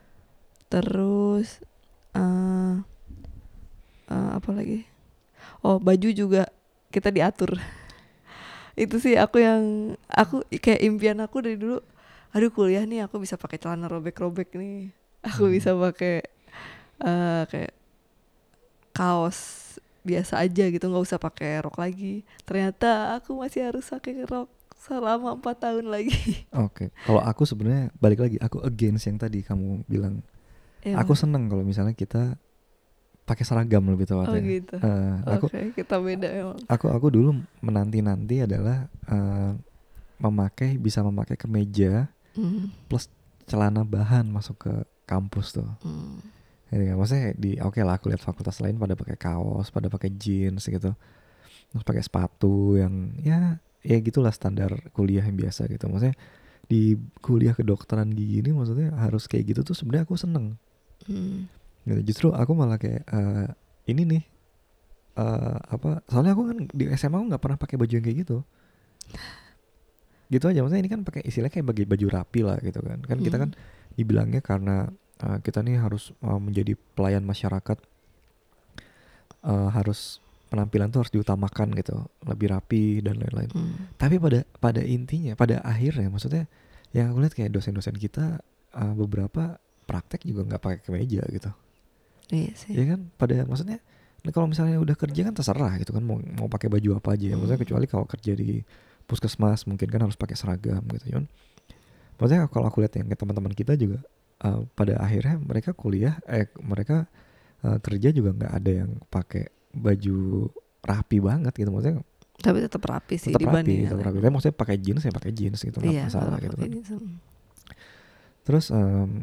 Terus uh, uh, apa lagi? Oh, baju juga kita diatur. Itu sih aku yang aku kayak impian aku dari dulu. Aduh, kuliah nih aku bisa pakai celana robek-robek nih. Aku hmm. bisa pakai uh, kayak kaos biasa aja gitu, nggak usah pakai rok lagi. Ternyata aku masih harus pakai rok selama empat tahun lagi. Oke, okay. Kalau aku sebenarnya balik lagi, aku against yang tadi kamu bilang. Ya, aku seneng kalau misalnya kita pakai seragam lebih tepatnya. Oh gitu. Uh, Oke, okay, kita beda emang. Aku aku dulu menanti-nanti adalah uh, memakai bisa memakai kemeja mm. plus celana bahan masuk ke kampus tuh. Mm. Jadi kan maksudnya di oke okay lah, aku lihat fakultas lain pada pakai kaos, pada pakai jeans gitu, terus pakai sepatu yang ya ya gitulah standar kuliah yang biasa gitu. Maksudnya di kuliah kedokteran gigi ini maksudnya harus kayak gitu tuh sebenarnya aku seneng. Hmm. Gitu. Justru aku malah kayak uh, ini nih uh, apa? Soalnya aku kan di S M A aku nggak pernah pakai baju yang kayak gitu. Gitu aja, maksudnya ini kan pakai istilahnya kayak bagi baju rapi lah gitu kan. Kan hmm. kita kan dibilangnya karena Uh, kita nih harus uh, menjadi pelayan masyarakat, uh, harus penampilan tuh harus diutamakan gitu, lebih rapi dan lain-lain. Hmm. Tapi pada pada intinya, pada akhirnya, maksudnya yang aku lihat kayak dosen-dosen kita uh, beberapa praktek juga nggak pakai kemeja gitu. Iya sih. Ya kan, pada maksudnya kalau misalnya udah kerja kan terserah gitu kan, mau mau pakai baju apa aja. Hmm. Maksudnya kecuali kalau kerja di puskesmas mungkin kan harus pakai seragam gitu. Cuman, maksudnya kalau aku lihat yang teman-teman kita juga. Uh, pada akhirnya mereka kuliah, eh mereka uh, kerja juga nggak ada yang pakai baju rapi banget gitu, maksudnya. Tapi tetap rapi sih tetap dibanding. Tetap rapi, tapi maksudnya pakai jeans ya pakai jeans gitu, nggak iya, masalah gitu kan. Terus um,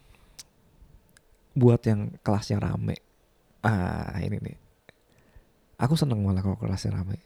buat yang kelasnya rame, ah ini nih, aku seneng malah kalau kelasnya rame.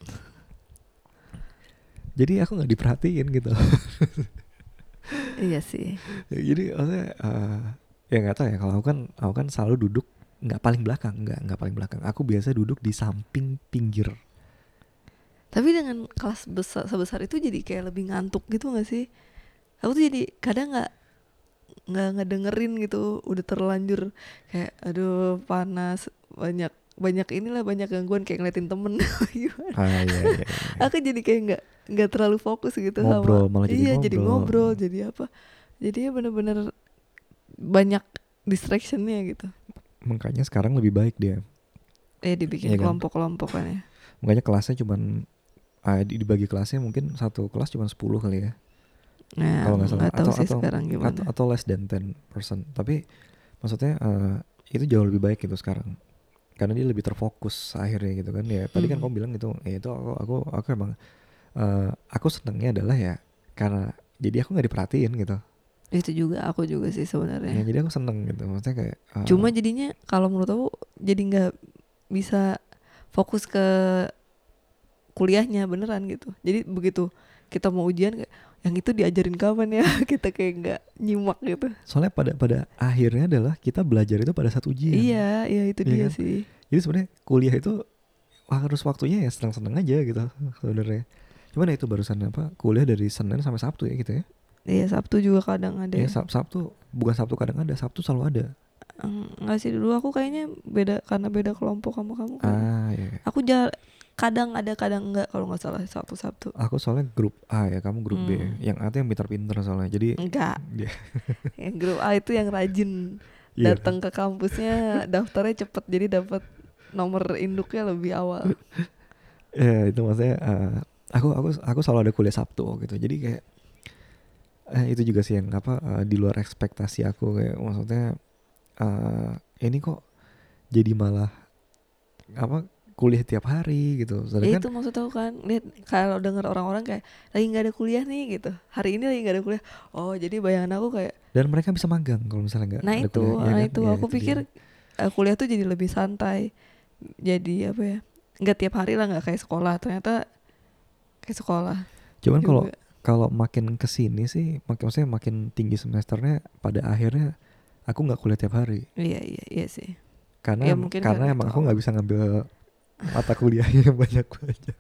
Jadi aku nggak diperhatiin gitu. Iya sih. Jadi maksudnya uh, ya nggak tahu ya, kalau aku kan aku kan selalu duduk nggak paling belakang, nggak nggak paling belakang. Aku biasa duduk di samping pinggir. Tapi dengan kelas besar sebesar itu jadi kayak lebih ngantuk gitu nggak sih? Aku tuh jadi kadang nggak nggak ngedengerin gitu, udah terlanjur kayak aduh panas, banyak banyak inilah banyak gangguan kayak ngeliatin temen. Ah, iya, iya, iya. Aku jadi kayak nggak nggak terlalu fokus gitu ngobrol, sama malah jadi iya ngobrol. jadi ngobrol jadi apa jadinya bener-bener banyak distractionnya gitu. Makanya sekarang lebih baik dia eh dibikin ya kelompok-kelompok kan ya. Makanya kelasnya cuman ah, dibagi kelasnya mungkin satu kelas cuma sepuluh kali ya. Nah, kalau nggak salah atau atau, atau atau less than ten person. Tapi maksudnya uh, itu jauh lebih baik gitu sekarang. karena dia lebih terfokus akhirnya gitu kan ya. Tadi kan Hmm. kamu bilang gitu, ya itu aku aku aku emang uh, aku senengnya adalah ya karena jadi aku nggak diperhatiin gitu. Itu juga aku juga sih Ya sebenarnya. jadi aku seneng gitu, maksudnya kayak. Uh, Cuma jadinya kalau menurut aku jadi nggak bisa fokus ke kuliahnya beneran gitu. Jadi begitu kita mau ujian kayak yang itu diajarin kapan ya kita kayak nggak nyimak gitu. Soalnya pada pada akhirnya adalah kita belajar itu pada saat ujian. Iya, iya itu Iya dia kan? sih. Jadi sebenarnya kuliah itu harus waktunya ya senang-senang aja gitu sebenarnya. Cuman ya itu barusan apa kuliah dari Senin sampai Sabtu ya gitu ya. Iya Sabtu juga kadang ada Ya ya. Sab Sabtu bukan Sabtu kadang ada, Sabtu selalu ada. Enggak sih dulu aku kayaknya beda karena beda kelompok sama kamu kayaknya. Ah ya. Aku jal kadang ada kadang enggak kalau nggak salah Sabtu Sabtu. Aku soalnya grup A ya, kamu grup B. Hmm. Yang A tuh yang pinter-pinter soalnya. Jadi Enggak. dia Yang grup A itu yang rajin iya. datang ke kampusnya, daftarnya cepet jadi dapat nomor induknya lebih awal. Ya itu maksudnya uh, aku aku aku selalu ada kuliah Sabtu gitu. Jadi kayak eh, itu juga sih yang apa uh, di luar ekspektasi aku kayak maksudnya uh, ini kok jadi malah apa kuliah tiap hari gitu. Ya Sedangkan itu maksud aku kan, lihat kalau dengar orang-orang kayak lagi nggak ada kuliah nih gitu, hari ini lagi nggak ada kuliah. Oh jadi bayangan aku kayak, dan mereka bisa magang kalau misalnya nggak nah ada itu, kuliah, ya nah kan? itu Ya aku itu dia. pikir uh, kuliah tuh jadi lebih santai, jadi apa ya, nggak tiap hari lah, nggak kayak sekolah. Ternyata kayak sekolah Cuman kalau juga. kalau makin kesini sih, makin maksudnya makin tinggi semesternya, pada akhirnya aku nggak kuliah tiap hari. Iya iya iya sih. Karena Ya mungkin karena karena itu emang aku nggak awal. bisa ngambil mata kuliahnya yang banyak banyak.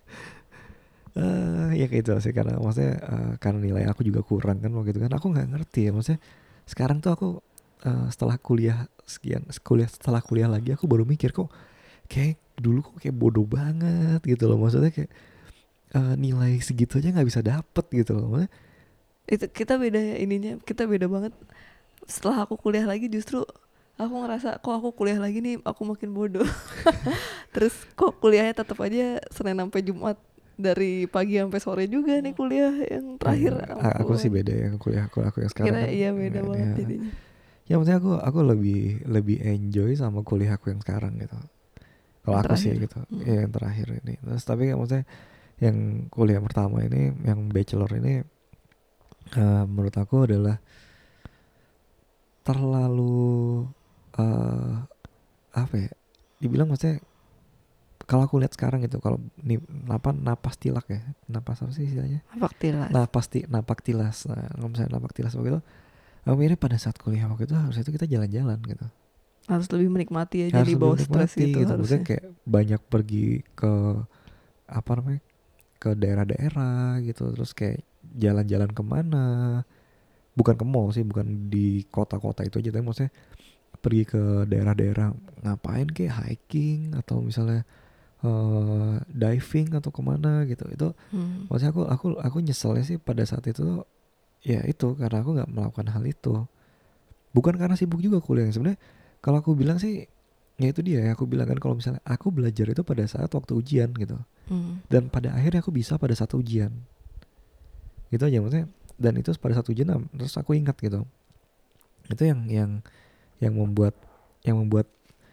Uh, ya kayak itu sih karena maksudnya uh, karena nilai aku juga kurang kan waktu itu kan. Aku nggak ngerti ya maksudnya. Sekarang tuh aku uh, setelah kuliah sekian, kuliah setelah kuliah lagi aku baru mikir kok kayak dulu kok kayak bodoh banget gitu loh. Maksudnya kayak uh, nilai segitu aja nggak bisa dapet gitu loh. Maksudnya, Itu kita beda ya ininya, kita beda banget. Setelah aku kuliah lagi justru aku ngerasa kok aku kuliah lagi nih aku makin bodoh. Terus kok kuliahnya tetap aja Senin sampai Jumat, dari pagi sampai sore juga nih kuliah yang terakhir. uh, aku sih Ampun. beda ya kuliah aku aku yang sekarang Kira kan. iya beda banget Ya, jadinya. ya maksudnya aku aku lebih lebih enjoy sama kuliah aku yang sekarang gitu. Kalau Yang aku sih terakhir. gitu, Hmm. ya yang terakhir ini. Terus tapi kan maksudnya yang kuliah pertama ini, yang bachelor ini, uh, menurut aku adalah terlalu uh, apa ya? Dibilang maksudnya kalau aku lihat sekarang gitu, kalau nih apa napas tilak ya, napas apa sih istilahnya? Napak tilas. Napas ti, napak tilas. Nah, kalau misalnya napak tilas begitu, aku mikirnya pada saat kuliah waktu itu harusnya itu kita jalan-jalan gitu. Harus lebih menikmati ya, Harus jadi lebih bawa stres menikmati gitu gitu, maksudnya harusnya. kayak banyak pergi ke apa namanya, ke daerah-daerah gitu, terus kayak jalan-jalan kemana, bukan ke mall sih, bukan di kota-kota itu aja, tapi maksudnya pergi ke daerah-daerah, ngapain kayak hiking atau misalnya uh, diving atau kemana gitu. Itu Hmm. maksudnya aku aku aku nyeselnya sih pada saat itu ya itu karena aku nggak melakukan hal itu, bukan karena sibuk juga kuliah sebenarnya. Kalau aku bilang sih ya itu dia ya, aku bilang kan kalau misalnya aku belajar itu pada saat waktu ujian gitu, Hmm. dan pada akhirnya aku bisa pada saat ujian gitu aja maksudnya. Dan itu pada saat ujian terus aku ingat gitu, itu yang yang yang membuat yang membuat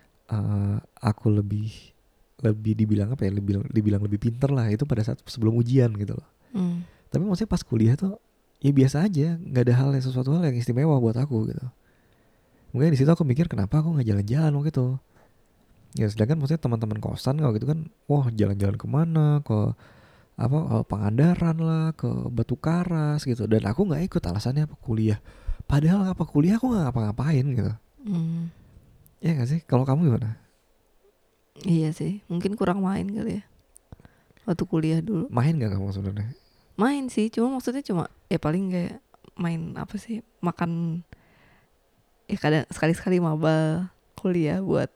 uh, aku lebih lebih dibilang apa ya, lebih dibilang lebih pinter lah itu pada saat sebelum ujian gitu loh. Hmm. Tapi maksudnya pas kuliah tuh ya biasa aja, nggak ada hal yang sesuatu hal yang istimewa buat aku gitu. Mungkin di situ aku mikir kenapa aku nggak jalan-jalan waktu itu. Ya sedangkan maksudnya teman-teman kosan kalau gitu kan, wah jalan-jalan kemana, ke apa uh, Pangandaran lah, ke Batu Karas gitu, dan aku nggak ikut, alasannya apa, kuliah. Padahal apa kuliah aku nggak ngapa-ngapain gitu. Hmm. Ya nggak sih, kalau kamu gimana? Iya sih, mungkin kurang main kali ya waktu kuliah dulu. Main nggak kamu sebenarnya? Main sih, cuma maksudnya cuma ya paling kayak main apa sih, makan ya kadang sekali-sekali maba kuliah buat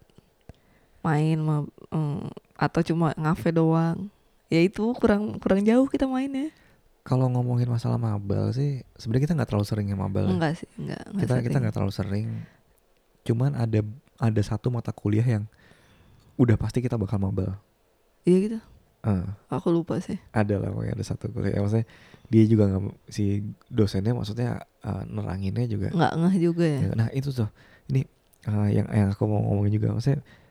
main mab, um, atau cuma ngafe doang. Ya itu kurang kurang jauh kita mainnya. Kalau ngomongin masalah mabal sih, sebenarnya kita nggak terlalu sering ya mabal ya. Enggak sih, enggak, enggak Kita kita sering. nggak terlalu sering. Cuman ada ada satu mata kuliah yang udah pasti kita bakal mabal. Iya gitu. Uh, Aku lupa sih. ada lah pokoknya ada satu kuliah. Maksudnya dia juga nggak, si dosennya maksudnya uh, neranginnya juga. Enggak ngeh juga ya. Ya, nah itu tuh, ini uh, yang yang aku mau ngomongin juga, maksudnya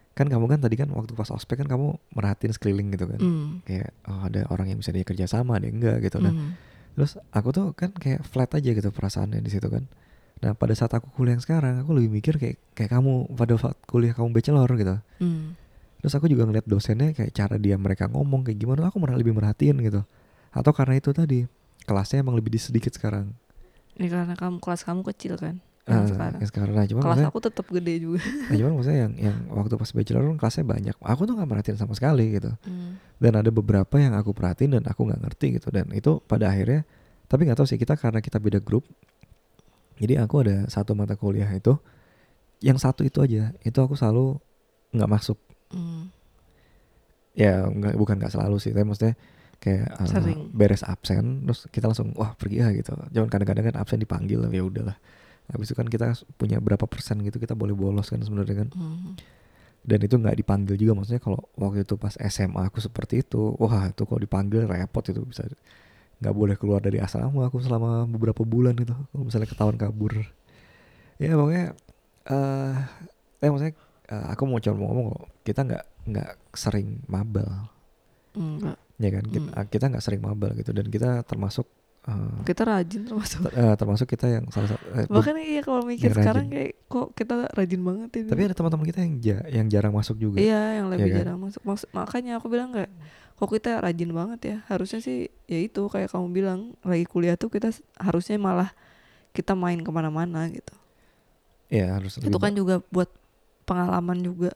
kan kamu kan tadi kan waktu pas ospek kan kamu merhatiin sekeliling gitu kan. Mm. Kayak oh ada orang yang bisa dia kerja sama, ada yang enggak gitu. Nah, Mm. terus aku tuh kan kayak flat aja gitu perasaannya di situ kan. Nah, pada saat aku kuliah yang sekarang, aku lebih mikir kayak kayak kamu pada saat kuliah kamu bachelor gitu. Mm. Terus aku juga ngeliat dosennya kayak cara dia mereka ngomong kayak gimana, aku malah lebih merhatiin gitu. Atau karena itu tadi, kelasnya emang lebih sedikit sekarang. Ini karena kamu kelas kamu kecil kan. Yang Uh, sekarang. yang sekarang nah, cuman kelas maksudnya, aku tetap gede juga. nah, cuman maksudnya yang yang waktu pas bachelor kan kelasnya banyak. Aku tuh nggak merhatiin sama sekali gitu. Mm. Dan ada beberapa yang aku perhatiin dan aku nggak ngerti gitu. Dan itu pada akhirnya, tapi nggak tahu sih kita karena kita beda grup. Jadi aku ada satu mata kuliah itu, yang satu itu aja, itu aku selalu nggak masuk. Mm. Ya nggak, bukan nggak selalu sih, tapi maksudnya kayak uh, beres absen terus kita langsung wah pergi ya gitu. Jangan kadang-kadang kan absen dipanggil, ya udahlah. Habis itu kan kita punya berapa persen gitu kita boleh bolos kan sebenarnya kan. Mm. Dan itu nggak dipanggil juga, maksudnya kalau waktu itu pas S M A aku seperti itu, wah itu kalau dipanggil repot itu, bisa nggak boleh keluar dari asrama aku selama beberapa bulan itu kalau misalnya ketahuan kabur. Ya pokoknya uh, eh maksudnya uh, aku mau coba ngomong kok, kita nggak nggak sering mabal. Enggak. Ya kan kita Mm. kita nggak sering mabal gitu, dan kita termasuk uh, kita rajin termasuk ter, uh, termasuk kita yang salah satu eh, bahkan iya kalau mikir sekarang kayak kok kita rajin banget ya. Tapi ada teman-teman kita yang ja, yang jarang masuk juga. Iya, yang lebih ya kan? jarang masuk. Maksud, makanya aku bilang kayak kok kita rajin banget ya. Harusnya sih ya itu kayak kamu bilang lagi kuliah tuh kita harusnya malah kita main kemana-mana gitu. Iya harus. Itu kan juga buat pengalaman juga.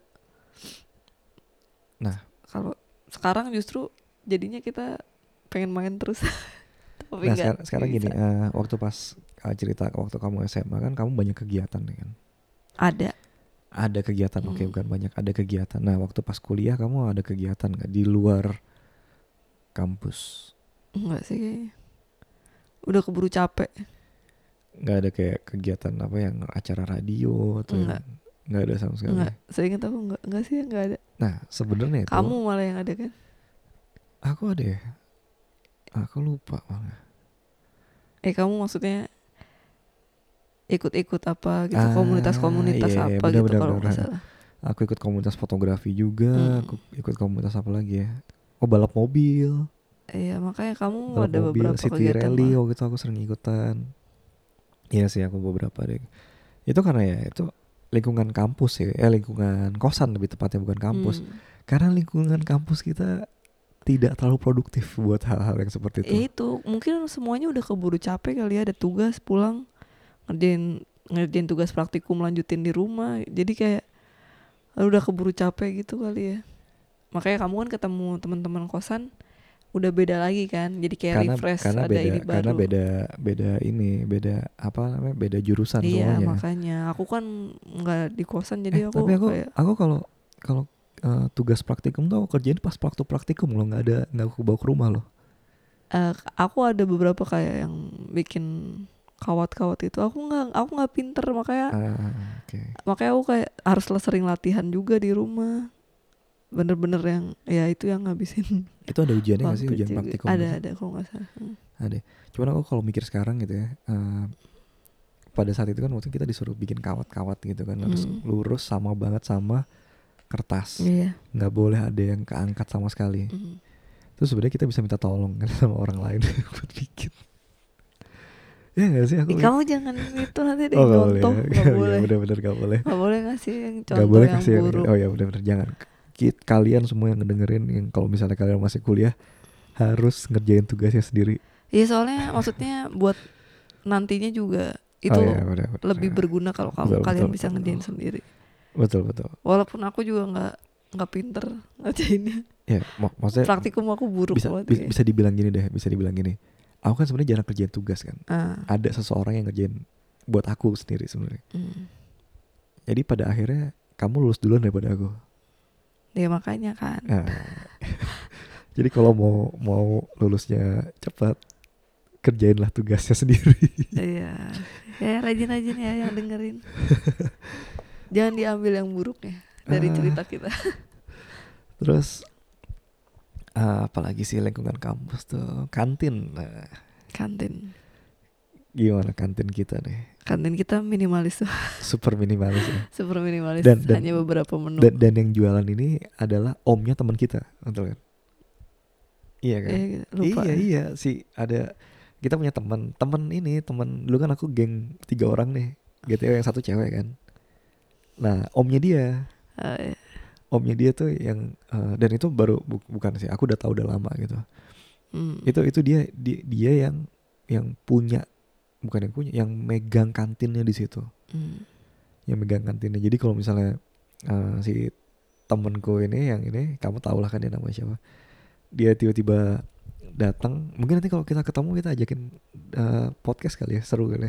Nah kalau sekarang justru jadinya kita pengen main terus. Tapi nah gak, sekarang, sekarang gini, uh, waktu pas uh, cerita waktu kamu S M A kan kamu banyak kegiatan kan? Ada. Ada kegiatan, hmm. Oke okay, bukan banyak, ada kegiatan. Nah waktu pas kuliah kamu ada kegiatan nggak di luar kampus? Enggak sih kayaknya. Udah keburu capek. Nggak ada kayak kegiatan apa yang acara radio atau enggak. Yang, nggak ada sama sekali. Enggak, saya ingat aku enggak, enggak sih enggak ada. Nah sebenarnya itu. Kamu malah yang ada kan? Aku ada ya. Aku lupa malah. Eh kamu maksudnya ikut-ikut apa gitu, ah, komunitas-komunitas iya, apa bener, gitu bener, kalau nggak salah. Aku ikut komunitas fotografi juga, hmm. Aku ikut komunitas apa lagi ya? Oh balap mobil. Iya makanya kamu balap ada mobil, beberapa City kegiatan Rally waktu itu aku sering ikutan. Iya sih aku beberapa deh. Itu karena ya itu lingkungan kampus ya, eh lingkungan kosan lebih tepatnya, bukan kampus. Hmm. Karena lingkungan kampus kita tidak terlalu produktif buat hal-hal yang seperti itu. Ya itu mungkin semuanya udah keburu capek kali ya, ada tugas pulang ngerjain ngerjain tugas praktikum lanjutin di rumah, jadi kayak udah keburu capek gitu kali ya. Makanya kamu kan ketemu teman-teman kosan udah beda lagi kan, jadi kayak karena, refresh karena ada beda, ini baru. Karena beda beda ini beda apa namanya beda jurusan iya, semuanya. Makanya aku kan nggak di kosan jadi eh, aku. Tapi aku kayak aku kalau kalau Uh, tugas praktikum tuh aku kerjain pas waktu praktikum loh, nggak ada nggak aku bawa ke rumah loh. Uh, aku ada beberapa kayak yang bikin kawat-kawat itu, aku nggak aku nggak pinter makanya. Uh, okay. Makanya aku kayak harus sering latihan juga di rumah. Bener-bener yang ya itu yang ngabisin. Itu ada ujiannya nggak sih ujian juga. Praktikum? Ada ada kalau nggak salah. Hmm. Ada. Cuman aku kalau mikir sekarang gitu ya. Uh, pada saat itu kan waktu kita disuruh bikin kawat-kawat gitu kan, harus hmm. lurus sama banget sama kertas, iya. Nggak boleh ada yang keangkat sama sekali. Mm. Terus sebenarnya kita bisa minta tolong kan sama orang lain buat bikin. Ya nggak sih aku. Eh, kamu jangan itu nanti deh oh, nyontoh, nggak ya, boleh. Ya, bener-bener nggak boleh. Nggak boleh ngasih yang contoh gak boleh yang kasih buruk. Yang, oh ya bener-bener jangan. Kalian semua yang ngedengerin, yang kalau misalnya kalian masih kuliah harus ngerjain tugasnya sendiri. Iya soalnya maksudnya buat nantinya juga itu oh, ya, bener, bener. lebih berguna kalau kamu betul, kalian betul, bisa betul, ngerjain betul. sendiri. Betul betul. Walaupun aku juga nggak nggak pinter ngerjainnya. Ya, mak- maksudnya praktikum aku buruk bisa, banget. Bisa, bisa dibilang gini deh, bisa dibilang gini. Aku kan sebenarnya jarang kerjain tugas kan. Uh. Ada seseorang yang ngerjain buat aku sendiri sebenarnya. Mm. Jadi pada akhirnya kamu lulus duluan daripada aku. Ya makanya kan. Uh. Jadi kalau mau mau lulusnya cepat, kerjainlah tugasnya sendiri. Iya. Ya rajin-rajin ya yang dengerin. Jangan diambil yang buruknya dari uh, cerita kita. Terus uh, apalagi sih lingkungan kampus tuh, kantin. Nah, kantin. Gimana kantin kita nih? Kantin kita minimalis tuh. Super minimalis ya. Super minimalis. Dan, dan, hanya beberapa menu. Dan, dan yang jualan ini adalah omnya teman kita, betul kan? Iya kan? Eh, lupa. Iya iya si ada kita punya teman teman ini teman dulu kan aku geng tiga orang nih, G T O yang satu cewek kan. Nah omnya dia, uh, iya. omnya dia tuh yang uh, dan itu baru bu, bukan sih, aku udah tahu udah lama gitu. Hmm. Itu itu dia dia, dia yang yang punya bukan yang punya yang megang kantinnya di situ. Hmm. Yang megang kantinnya. Jadi kalau misalnya uh, si temenku ini yang ini kamu tahu lah kan dia namanya siapa. Dia tiba-tiba datang, mungkin nanti kalau kita ketemu kita ajakin uh, podcast kali ya, seru kali ya.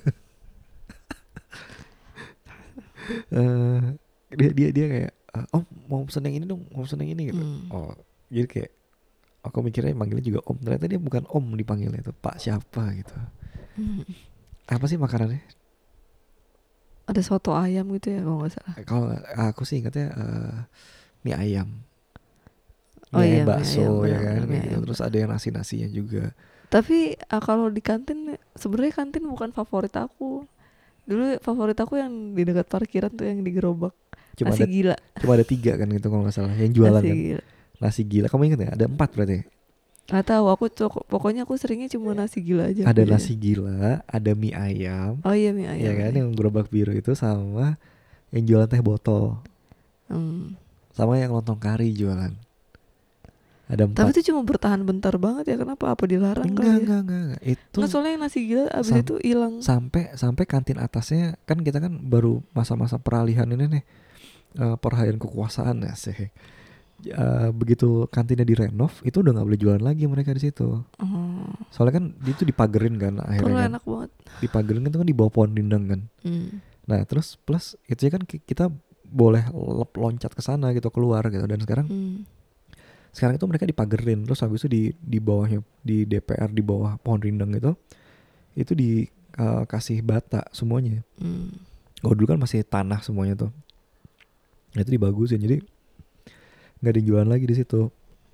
uh, dia dia dia kayak uh, om mau pesen yang ini dong, mau pesen yang ini gitu. Hmm. Oh jadi kayak aku mikirnya manggilnya juga om, ternyata dia bukan om dipanggilnya itu Pak siapa gitu. Hmm. Apa sih makanannya? Ada soto ayam gitu ya kalau nggak salah. Kalau aku sih ingatnya uh, mie ayam. Oh mie iya, bakso mie ayam, ya kan mie gitu. ayam. Terus ada yang nasi-nasinya juga. Tapi uh, kalau di kantin sebenarnya kantin bukan favorit aku. Dulu favorit aku yang di dekat parkiran tuh yang di gerobak. Cuma nasi ada, gila. Cuma ada tiga kan gitu kalau nggak salah yang jualan nasi kan. Gila. Nasi gila. Kamu ingat ya? Ada empat berarti. Nggak tahu, aku cok, pokoknya aku seringnya cuma nasi gila aja. Ada aja. Nasi gila, ada mie ayam. Oh iya mie ayam. Iya kan, yang gerobak biru itu sama yang jualan teh botol. Hmm. Sama yang lontong kari jualan. Ada empat. Tapi itu cuma bertahan bentar banget ya, kenapa? Apa dilarang enggak, kali ya? Enggak, enggak, enggak. Itu nggak, soalnya yang nasi gila abis sam- itu hilang. Sampai sampai kantin atasnya kan kita kan baru masa-masa peralihan ini nih. Uh, peralihan kekuasaan ya sih. Uh, begitu kantinnya direnov itu udah nggak boleh jualan lagi mereka di situ. Oh. Soalnya kan itu dipagerin kan akhirnya. Kalau kan. enak banget. Dipagerin kan itu kan di bawah pohon rindang kan. Hmm. Nah terus plus itu kan kita boleh loncat ke sana gitu keluar gitu dan sekarang hmm. sekarang itu mereka dipagerin terus habis itu di di bawahnya di D P R di bawah pohon rindang gitu itu dikasih uh, bata semuanya. Hmm. Oh dulu kan masih tanah semuanya tuh. Nah, itu dibagusin jadi nggak dijualan lagi di situ.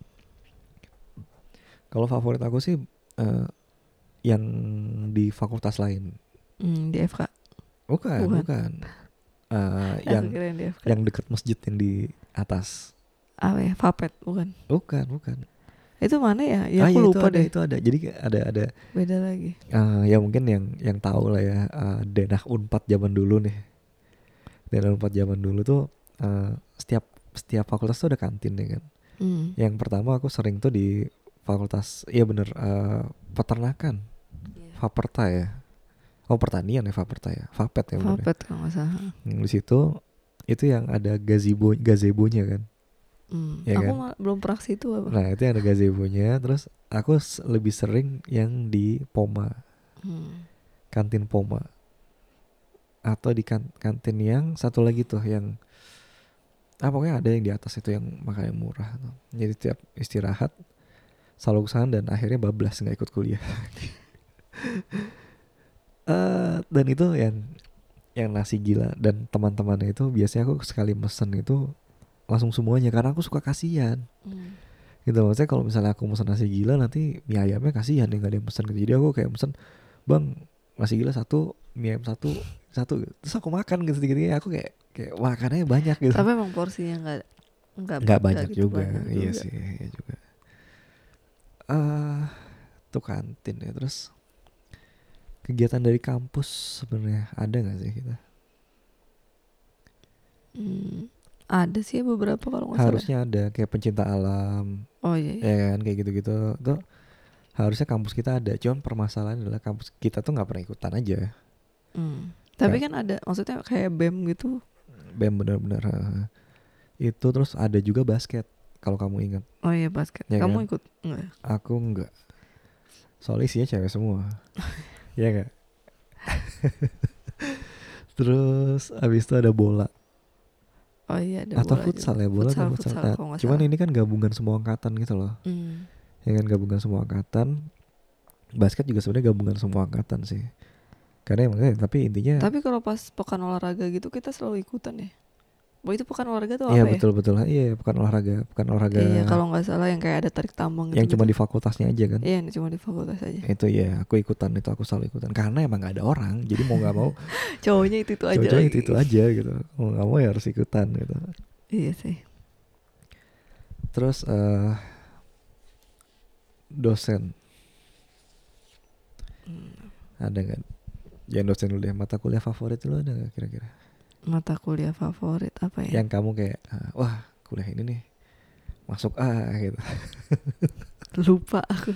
Kalau favorit aku sih uh, yang di fakultas lain. Hmm, di F K. Bukan, bukan. bukan. Uh, yang yang, yang dekat masjid yang di atas. Ah ya, Fapet bukan? Bukan, bukan. Itu mana ya? Ya ah, aku ya, lupa itu ada, deh. Itu ada. Jadi ada ada. Beda lagi. Uh, ya mungkin yang yang tahu lah ya. Uh, Denah Unpad zaman dulu nih. Denah Unpad zaman dulu tuh uh, setiap setiap fakultas tuh ada kantin ya kan. Hmm. Yang pertama aku sering tuh di fakultas, iya bener uh, peternakan, yeah. Faperta ya. Oh pertanian ya Faperta ya, Fapet ya. Fapet kalau nggak salah. Di situ itu yang ada gazebo gazebonya kan. Hmm. Ya aku kan? mal- belum pernah situ apa. Nah itu yang ada gazebonya. Terus aku lebih sering yang di Poma, hmm. kantin Poma. Atau di kan- kantin yang satu lagi tuh yang ah pokoknya ada yang di atas itu yang makannya murah tuh. Jadi tiap istirahat selalu kesana dan akhirnya bablas nggak ikut kuliah. uh, dan itu yang yang nasi gila dan teman-temannya itu biasanya aku sekali mesen itu langsung semuanya karena aku suka kasihan. Hmm. Gitu maksudnya kalau misalnya aku mesen nasi gila nanti mie ayamnya kasihan nih nggak ada yang mesen gitu. Jadi aku kayak mesen bang nasi gila satu, mie ayam satu, satu. Terus aku makan gitu sedikit-sedikit aku kayak kayak makanannya banyak gitu. Tapi emang porsinya nggak nggak nggak banyak gitu juga, banyak iya juga. sih, iya juga. Uh, tuh kantin ya. Terus kegiatan dari kampus sebenarnya ada nggak sih kita? Hmm, ada sih beberapa kalau nggak salah. Harusnya ada kayak pencinta alam. Oh iya. Ya kan kayak gitu-gitu. Tuh harusnya kampus kita ada. Cuman permasalahan adalah kampus kita tuh nggak pernah ikutan aja. Hmm. Tapi kan ada, maksudnya kayak B E M gitu. B E M benar-benar. Itu terus ada juga basket kalau kamu ingat. Oh iya basket. Ya kamu kan? Ikut enggak? Aku enggak. Soalnya isinya cewek semua. Iya enggak? Terus abis itu ada bola. Oh iya ada atau bola futsal juga. ya bola futsal, atau futsal. futsal nah, cuman salah. Ini kan gabungan semua angkatan gitu loh. Mm. Ya kan gabungan semua angkatan. Basket juga sebenarnya gabungan semua angkatan sih. Karena emang tapi intinya. Tapi kalau pas pekan olahraga gitu kita selalu ikutan ya. Oh itu pekan olahraga tuh Iya apa ya? betul betul. Iya bukan olahraga, bukan olahraga. Iya kalau nggak salah yang kayak ada tarik tambang gitu. Yang cuma di fakultasnya aja kan? Iya cuma di fakultas aja. Itu ya aku ikutan, itu aku selalu ikutan karena emang nggak ada orang, jadi mau nggak mau cowoknya itu itu aja. Cowok-cowok itu itu aja gitu, mau nggak mau ya harus ikutan gitu. Iya sih. Terus uh, dosen hmm. ada nggak? Jangan dosen dulu deh, mata kuliah favorit lu ada nggak kira-kira? Mata kuliah favorit apa ya? Yang kamu kayak wah kuliah ini nih masuk A gitu. Lupa aku.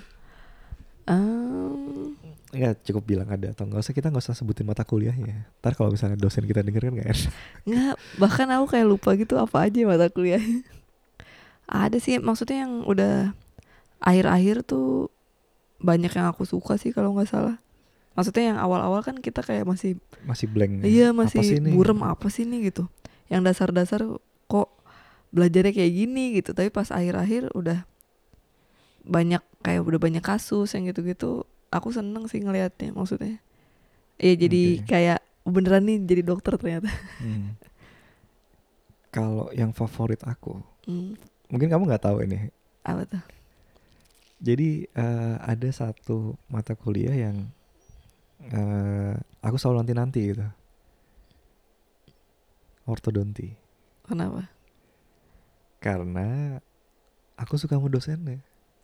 Um, Nggak cukup bilang ada atau nggak usah, kita nggak usah sebutin mata kuliahnya. Ntar kalau misalnya dosen kita denger kan nggak enak. Nggak, bahkan aku kayak lupa gitu apa aja mata kuliahnya. Ada sih maksudnya yang udah akhir-akhir tuh banyak yang aku suka sih kalau nggak salah. Maksudnya yang awal-awal kan kita kayak masih masih blank. Iya masih apa burem apa sih nih gitu. Yang dasar-dasar kok belajarnya kayak gini gitu. Tapi pas akhir-akhir udah banyak kayak udah banyak kasus yang gitu-gitu. Aku seneng sih ngelihatnya maksudnya. Iya jadi okay. Kayak beneran nih jadi dokter ternyata. Hmm. Kalau yang favorit aku, hmm. mungkin kamu nggak tahu ini. Apa tuh? Jadi uh, ada satu mata kuliah yang uh, aku selalu nanti-nanti gitu. Ortodonti. Kenapa? Karena aku suka sama dosennya.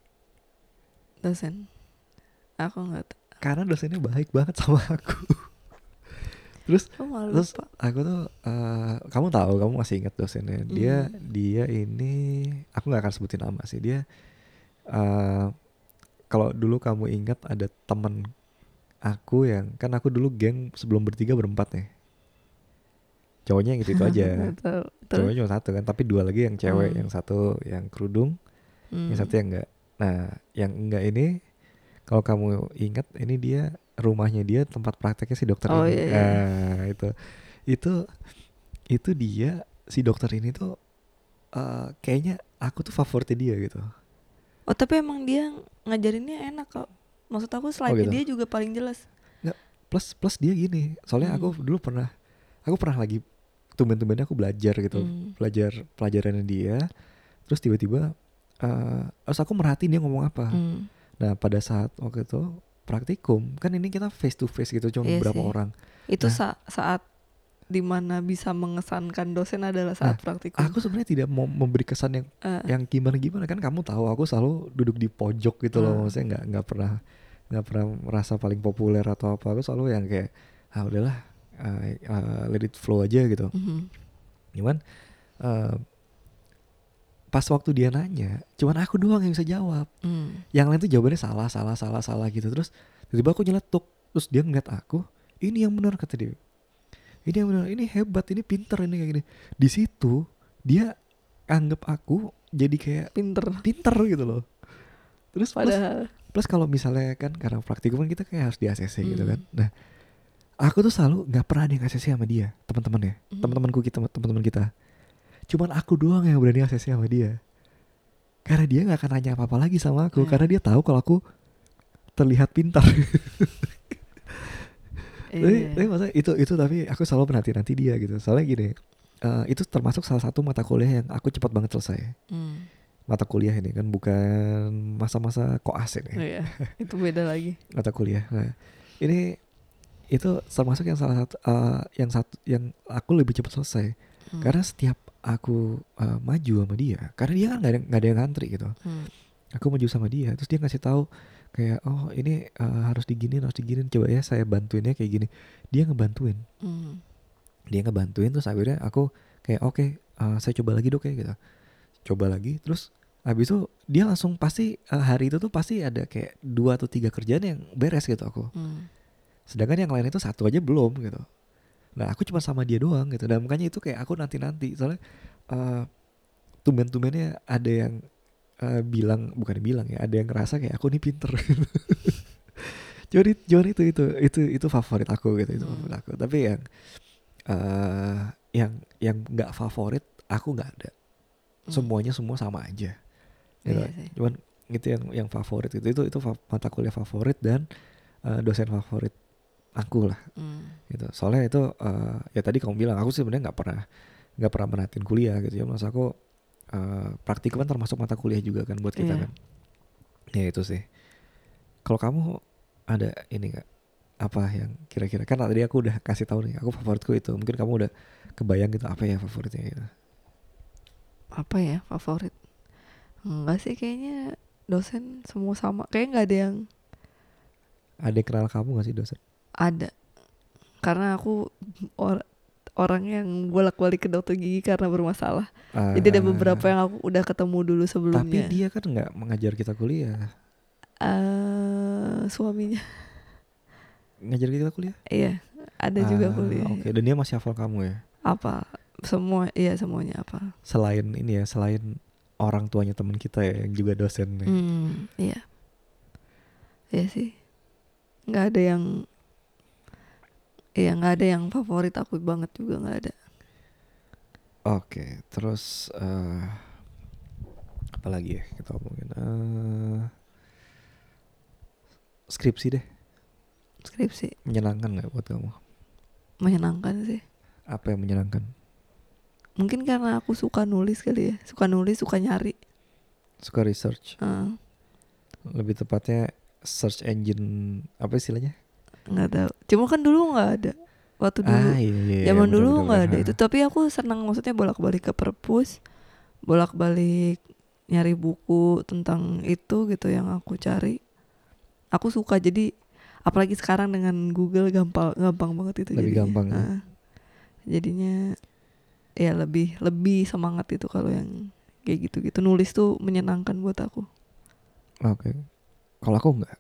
Dosen? Aku nggak tahu. Karena dosennya baik banget sama aku. Terus, oh, terus aku tuh, uh, kamu tahu, kamu masih ingat dosennya? Dia, hmm. dia ini, aku nggak akan sebutin nama sih. Dia, uh, kalau dulu kamu ingat ada teman aku yang, kan aku dulu geng sebelum bertiga berempat nih. Cowoknya yang gitu itu aja. Cowoknya cuma satu kan, tapi dua lagi yang cewek, hmm. yang satu yang kerudung, hmm. yang satu yang enggak. Nah, yang enggak ini, kalau kamu ingat, ini dia rumahnya dia tempat prakteknya si dokter oh, ini. Iya, iya. Nah, itu, itu, itu dia si dokter ini tuh, uh, kayaknya aku tuh favoritnya dia gitu. Oh tapi emang dia ngajarinnya enak kok. Maksud aku slide-nya oh, gitu? Dia juga paling jelas. Nggak, plus plus dia gini. Soalnya hmm. aku dulu pernah, aku pernah lagi tumben-tumbennya aku belajar gitu, hmm. belajar pelajarannya dia. Terus tiba-tiba, uh, terus aku merhatiin dia ngomong apa. Hmm. Nah pada saat waktu itu praktikum, kan ini kita face to face gitu, cuma iya beberapa sih. Orang. Itu nah, sa- saat dimana bisa mengesankan dosen adalah saat nah, praktikum. Aku sebenarnya tidak mau memberi kesan yang uh. yang gimana-gimana, kan kamu tahu aku selalu duduk di pojok gitu uh. loh, maksudnya nggak nggak pernah nggak pernah merasa paling populer atau apa. Aku selalu yang kayak ah udahlah uh, uh, let it flow aja gitu. Mm-hmm. Cuman uh, pas waktu dia nanya, cuman aku doang yang bisa jawab. Mm. Yang lain tuh jawabannya salah salah salah salah gitu. Terus tiba-tiba aku nyeletuk, terus dia ngeliat aku, ini yang benar kata dia. Ini yang benar, ini hebat, ini pinter, ini kayak gini. Di situ dia anggap aku jadi kayak pinter, pinter gitu loh. Terus padahal plus, plus kalau misalnya kan karena praktikum kan kita kayak harus di A C C hmm. gitu kan. Nah, aku tuh selalu nggak pernah ada yang A C C sama dia, teman-temannya, hmm. teman-temanku kita, teman-teman kita. Cuman aku doang yang berani A C C sama dia. Karena dia nggak akan nanya apa-apa lagi sama aku, hmm. karena dia tahu kalau aku terlihat pintar. Tapi, tapi maksudnya itu itu tapi aku selalu menanti-nanti dia gitu. Soalnya gini, uh, itu termasuk salah satu mata kuliah yang aku cepat banget selesai. Hmm. Mata kuliah ini kan bukan masa-masa koas ini. Oh iya, itu beda lagi. Mata kuliah. Nah, ini itu termasuk yang salah satu uh, yang satu yang aku lebih cepat selesai. Hmm. Karena setiap aku uh, maju sama dia, karena dia kan nggak ada nggak ada yang ngantri gitu. Hmm. Aku maju sama dia, terus dia ngasih tahu kayak oh ini uh, harus diginin harus diginin coba ya saya bantuinnya kayak gini. Dia ngebantuin mm. dia ngebantuin terus akhirnya aku kayak oke okay, uh, saya coba lagi dok kayak gitu, coba lagi. Terus habis itu dia langsung pasti uh, hari itu tuh pasti ada kayak dua atau tiga kerjaan yang beres gitu aku mm. sedangkan yang lain itu satu aja belum gitu. Nah aku cuma sama dia doang gitu, dan makanya itu kayak aku nanti-nanti soalnya uh, tumben-tumbennya ada yang Uh, bilang bukan bilang ya, ada yang ngerasa kayak aku nih pinter. Jadi John itu itu itu itu favorit aku gitu, itu hmm. favorit aku. Tapi yang uh, yang yang nggak favorit aku nggak ada. Hmm. Semuanya semua sama aja. Gitu. Iya, cuman itu yang yang favorit itu itu itu fa- mata kuliah favorit dan uh, dosen favorit aku lah. Hmm. Gitu. Soalnya itu uh, ya tadi kamu bilang aku sebenarnya nggak pernah nggak pernah merhatiin kuliah gitu ya. Maksud aku uh, praktikum kan termasuk mata kuliah juga kan buat kita Iya. kan. Ya itu sih. Kalau kamu ada ini nggak, apa yang kira-kira, kan tadi aku udah kasih tahu nih aku favoritku itu, mungkin kamu udah kebayang gitu apa ya favoritnya gitu. Apa ya favorit? Enggak sih, kayaknya dosen semua sama. Kayaknya nggak ada yang Ada yang kenal kamu gak sih dosen? ada. Karena aku or, orang yang bolak-balik ke dokter gigi karena bermasalah. Uh, Jadi ada beberapa yang aku udah ketemu dulu sebelumnya. Tapi dia kan nggak mengajar kita kuliah. Uh, suaminya. Ngajar kita kuliah? Iya, ada uh, juga kuliah. Oke, okay. Dan dia masih hafal kamu ya? Apa? Semua, iya semuanya apa? Selain ini ya, selain orang tuanya teman kita ya yang juga dosen nih. Hmm, iya. Iya sih. Nggak ada yang, iya nggak ada yang favorit aku banget juga, nggak ada. Oke, okay, terus uh, apa lagi ya kita omongin? Uh, skripsi deh. Skripsi. Menyenangkan nggak buat kamu? Menyenangkan sih. Apa yang menyenangkan? Mungkin karena aku suka nulis kali ya. Suka nulis, suka nyari. Suka research. Uh. Lebih tepatnya search engine apa istilahnya? Nggak tahu. Cuma kan dulu nggak ada. Waktu dulu. Ah, iya, iya, zaman bener, dulu bener, nggak bener. ada itu. Tapi aku senang, maksudnya bolak-balik ke perpus, bolak-balik nyari buku tentang itu gitu yang aku cari. Aku suka, jadi apalagi sekarang dengan Google gampang gampang banget itu. Lebih jadinya. gampang ya. Nah, jadinya ya lebih lebih semangat itu kalau yang kayak gitu-gitu. Nulis tuh menyenangkan buat aku. Oke. Okay. Kalau aku enggak.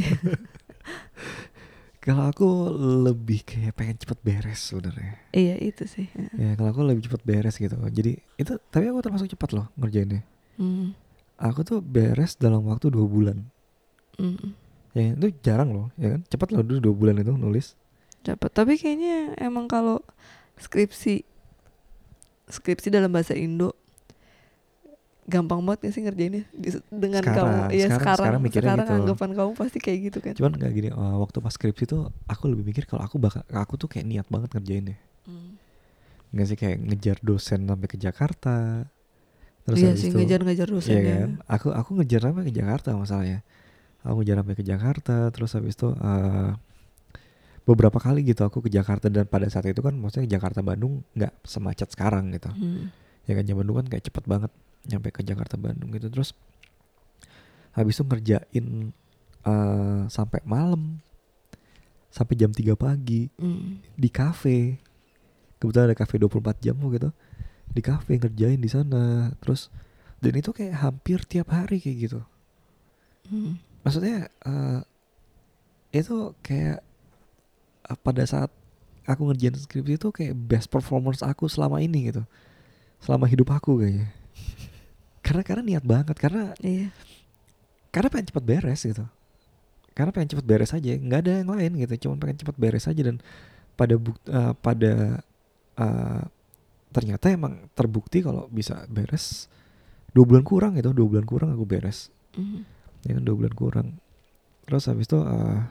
Kalau aku lebih kayak pengen cepet beres sebenarnya. Iya itu sih. Ya kalau aku lebih cepet beres gitu. Jadi itu, tapi aku termasuk cepat loh ngerjainnya. Hmm. Aku tuh beres dalam waktu dua bulan. Hmm. Ya itu jarang loh, ya kan? Cepat loh dulu dua bulan itu nulis. Cepat. Tapi kayaknya emang kalau skripsi skripsi dalam bahasa Indo gampang banget gak sih ngerjainnya dengan sekarang, kamu ya sekarang sekarang sekarang, sekarang gitu. Anggapan kamu pasti kayak gitu kan. Cuman nggak gini, oh, waktu pas skripsi tuh aku lebih mikir kalau aku bakal, aku tuh kayak niat banget ngerjainnya. Hmm. Nggak sih kayak ngejar dosen sampai ke Jakarta. Terus iya habis sih itu, ngejar-ngejar dosennya. Iya kan? Aku aku ngejar sampai ke Jakarta masalahnya. Aku ngejar sampai ke Jakarta, terus habis itu uh, beberapa kali gitu aku ke Jakarta, dan pada saat itu kan maksudnya Jakarta Bandung nggak semacet sekarang gitu. Hmm. Ya kan zaman dulu kan kayak cepet banget nyampe ke Jakarta Bandung gitu. Terus habis itu ngerjain uh, sampai malam, sampai jam tiga pagi mm. di kafe. Kebetulan ada kafe dua puluh empat jam gitu. Di kafe ngerjain di sana. Terus dan itu kayak hampir tiap hari kayak gitu. Mm. Maksudnya uh, itu kayak uh, pada saat aku ngerjain skripsi itu kayak best performance aku selama ini gitu. Selama hidup aku kayaknya. Karena karena niat banget, karena iya. Karena pengen cepet beres gitu. Karena pengen cepet beres aja, nggak ada yang lain gitu. Cuma pengen cepet beres aja, dan pada buk- uh, pada uh, ternyata emang terbukti kalau bisa beres dua bulan kurang gitu, dua bulan kurang aku beres. Mm-hmm. Ya kan dua bulan kurang. Terus habis itu uh,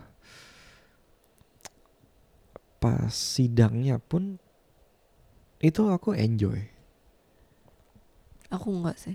pas sidangnya pun itu aku enjoy. Aku enggak sih.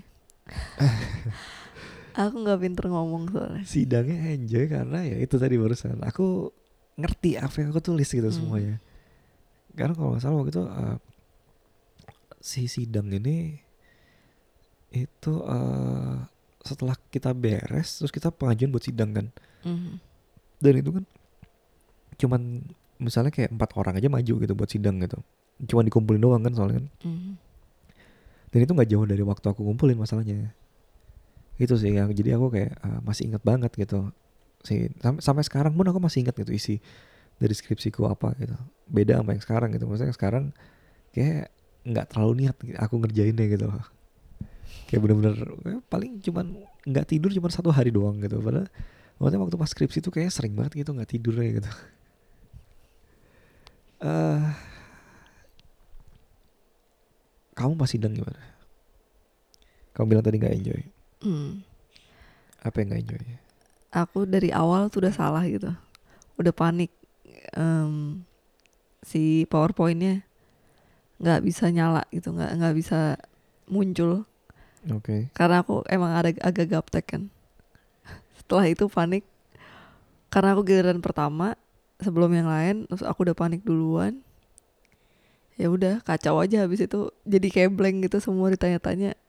Aku nggak pinter ngomong soalnya. Sidangnya enjoy karena ya itu tadi barusan aku ngerti apa yang aku tulis gitu. Hmm. Semuanya. Karena kalau nggak salah waktu itu uh, si sidang ini itu uh, setelah kita beres terus kita pengajuan buat sidang kan. Hmm. Dan itu kan cuman misalnya kayak empat orang aja maju gitu buat sidang gitu. Cuman dikumpulin doang kan soalnya kan. Hmm. Dan itu nggak jauh dari waktu aku ngumpulin masalahnya. Itu sih yang jadi aku kayak uh, masih ingat banget gitu sih, sampai sampai sekarang pun aku masih ingat gitu isi dari skripsiku apa gitu. Beda sama yang sekarang gitu, maksudnya sekarang kayak nggak terlalu niat aku ngerjainnya gitu, kayak bener-bener eh, paling cuman nggak tidur cuman satu hari doang gitu. Padahal maksudnya waktu pas skripsi tuh kayak sering banget gitu nggak tidurnya gitu. uh, kamu pas sidang gimana? Kamu bilang tadi nggak enjoy. Hmm. Apa yang gak enjoy? Aku dari awal tuh udah salah gitu, udah panik. um, Si PowerPointnya nggak bisa nyala gitu, nggak nggak bisa muncul. Oke. Okay. Karena aku emang ada agak gaptek kan. Setelah itu panik karena aku giliran pertama sebelum yang lain, terus aku udah panik duluan. Ya udah kacau aja habis itu, jadi kayak blank gitu, semua ditanya-tanya.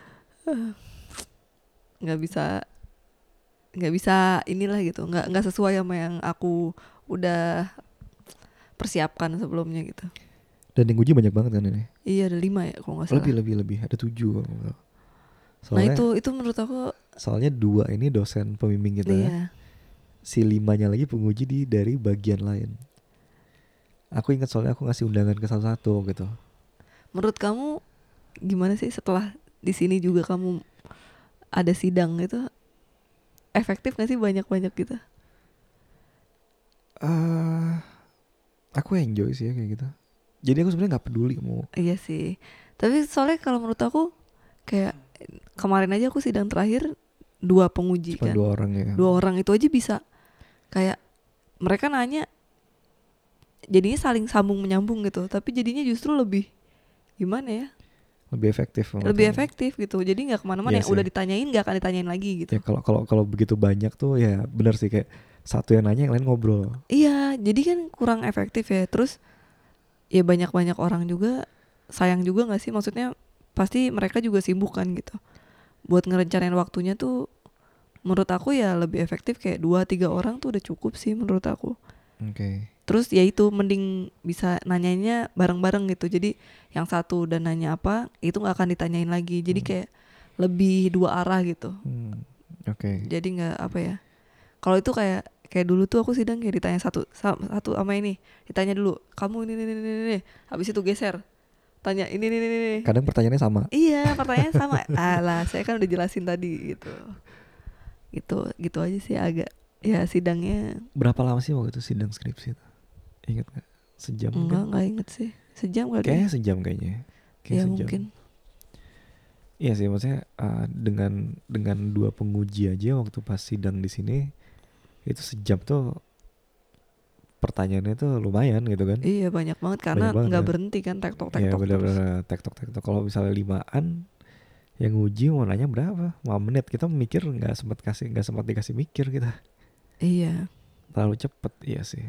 Nggak bisa nggak bisa inilah gitu, nggak nggak sesuai sama yang aku udah persiapkan sebelumnya gitu. Dan yang uji banyak banget kan ini? Iya ada lima ya kalau nggak salah. Lebih lebih lebih ada tujuh. Soalnya, nah itu itu menurut aku. Soalnya dua ini dosen pembimbing kita. Iya. Si limanya lagi penguji di dari bagian lain. Aku ingat soalnya aku ngasih undangan ke satu-satu gitu. Menurut kamu gimana sih setelah di sini juga kamu ada sidang gitu? Efektif gak sih banyak-banyak gitu? Uh, aku enjoy sih ya kayak gitu. Jadi aku sebenarnya nggak peduli mau. Iya sih. Tapi soalnya kalau menurut aku kayak kemarin aja aku sidang terakhir dua penguji. Cuma kan. Dua orang ya. Dua orang itu aja bisa kayak mereka nanya, jadinya saling sambung menyambung gitu. Tapi jadinya justru lebih gimana ya? Lebih efektif. Lebih efektif gitu. Jadi nggak kemana-mana, iya yang sih. Udah ditanyain nggak akan ditanyain lagi gitu. Ya kalau kalau kalau begitu banyak tuh ya benar sih, kayak satu yang nanya yang lain ngobrol. Iya, jadi kan kurang efektif ya. Terus ya banyak-banyak orang juga sayang juga nggak sih? Maksudnya pasti mereka juga sibuk kan gitu. Buat ngerencanain waktunya tuh menurut aku ya lebih efektif kayak dua tiga orang tuh udah cukup sih menurut aku. Oke. Okay. Terus ya itu mending bisa nanyanya bareng-bareng gitu. Jadi yang satu udah nanya apa, itu nggak akan ditanyain lagi. Jadi hmm. kayak lebih dua arah gitu. Hmm. Oke. Okay. Jadi nggak apa ya? Kalau itu kayak kayak dulu tuh aku sidang kayak ditanya satu satu sama ini, ditanya dulu kamu ini ini ini ini, habis itu geser, tanya ini ini ini. Kadang pertanyaannya sama. Iya pertanyaannya sama. Alah saya kan udah jelasin tadi gitu. Gitu gitu aja sih agak. Ya sidangnya. Berapa lama sih waktu itu sidang skripsi itu? Ingat gak? Sejam? Enggak, enggak inget sih. Sejam kali. Kayaknya sejam kayaknya. Kayak ya sejam. Mungkin. Iya sih, maksudnya uh, dengan dengan dua penguji aja waktu pas sidang di sini itu sejam tuh pertanyaannya tuh lumayan gitu kan. Iya banyak banget karena nggak kan? berhenti kan tektok tektok. Iya benar-benar tektok tektok. Kalau misalnya limaan yang uji mau nanya berapa? lima menit kita mikir nggak sempat kasih nggak sempat dikasih mikir kita. Iya. Terlalu cepet, iya sih.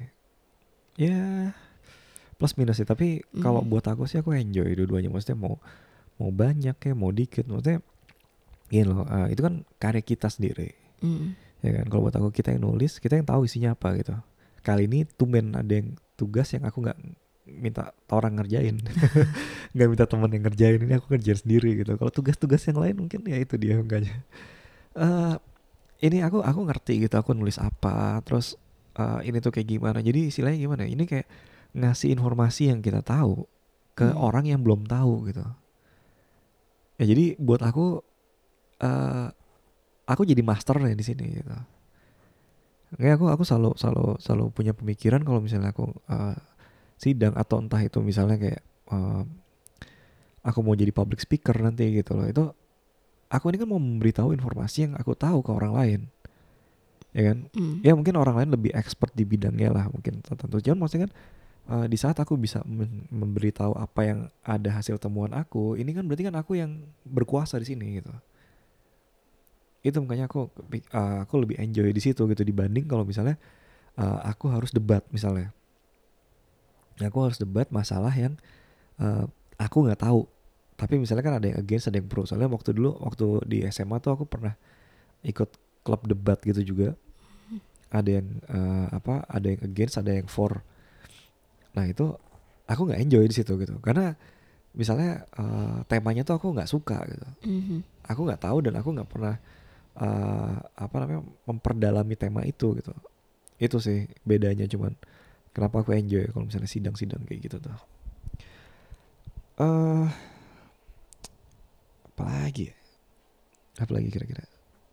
Ya plus minus sih, tapi mm. kalau buat aku sih aku enjoy dua-duanya. Maksudnya mau mau banyak ya mau dikit, maksudnya gini loh, uh, itu kan karya kita sendiri. Mm. Ya kan, kalau buat aku kita yang nulis, kita yang tahu isinya apa gitu. Kali ini tumben ada yang tugas yang aku nggak minta orang ngerjain, nggak minta teman yang ngerjain, ini aku kerjain sendiri gitu. Kalau tugas-tugas yang lain mungkin ya itu dia enggaknya. Uh, ini aku aku ngerti gitu, aku nulis apa, terus uh, ini tuh kayak gimana. Jadi istilahnya gimana? Ini kayak ngasih informasi yang kita tahu ke hmm. orang yang belum tahu gitu. Ya jadi buat aku, uh, aku jadi master nih di sini gitu. Kayak aku aku selalu selalu selalu punya pemikiran kalau misalnya aku uh, sidang atau entah itu misalnya kayak uh, aku mau jadi public speaker nanti gitu loh, itu aku ini kan mau memberitahu informasi yang aku tahu ke orang lain, ya kan? Mm. Ya mungkin orang lain lebih expert di bidangnya lah mungkin tertentu. Jangan maksudnya kan uh, di saat aku bisa mem- memberitahu apa yang ada hasil temuan aku, ini kan berarti kan aku yang berkuasa di sini gitu. Itu makanya aku uh, aku lebih enjoy di situ gitu dibanding kalau misalnya uh, aku harus debat misalnya. Aku harus debat masalah yang uh, aku nggak tahu. Tapi misalnya kan ada yang against, ada yang pro. Soalnya waktu dulu, waktu di S M A tuh aku pernah ikut klub debat gitu juga. Ada yang uh, apa? Ada yang against, ada yang for. Nah itu aku nggak enjoy di situ gitu. Karena misalnya uh, temanya tuh aku nggak suka gitu. Mm-hmm. Aku nggak tahu dan aku nggak pernah uh, apa namanya memperdalami tema itu gitu. Itu sih bedanya, cuman kenapa aku enjoy kalau misalnya sidang-sidang kayak gitu tuh. Uh, Apalagi ya? Apalagi kira-kira?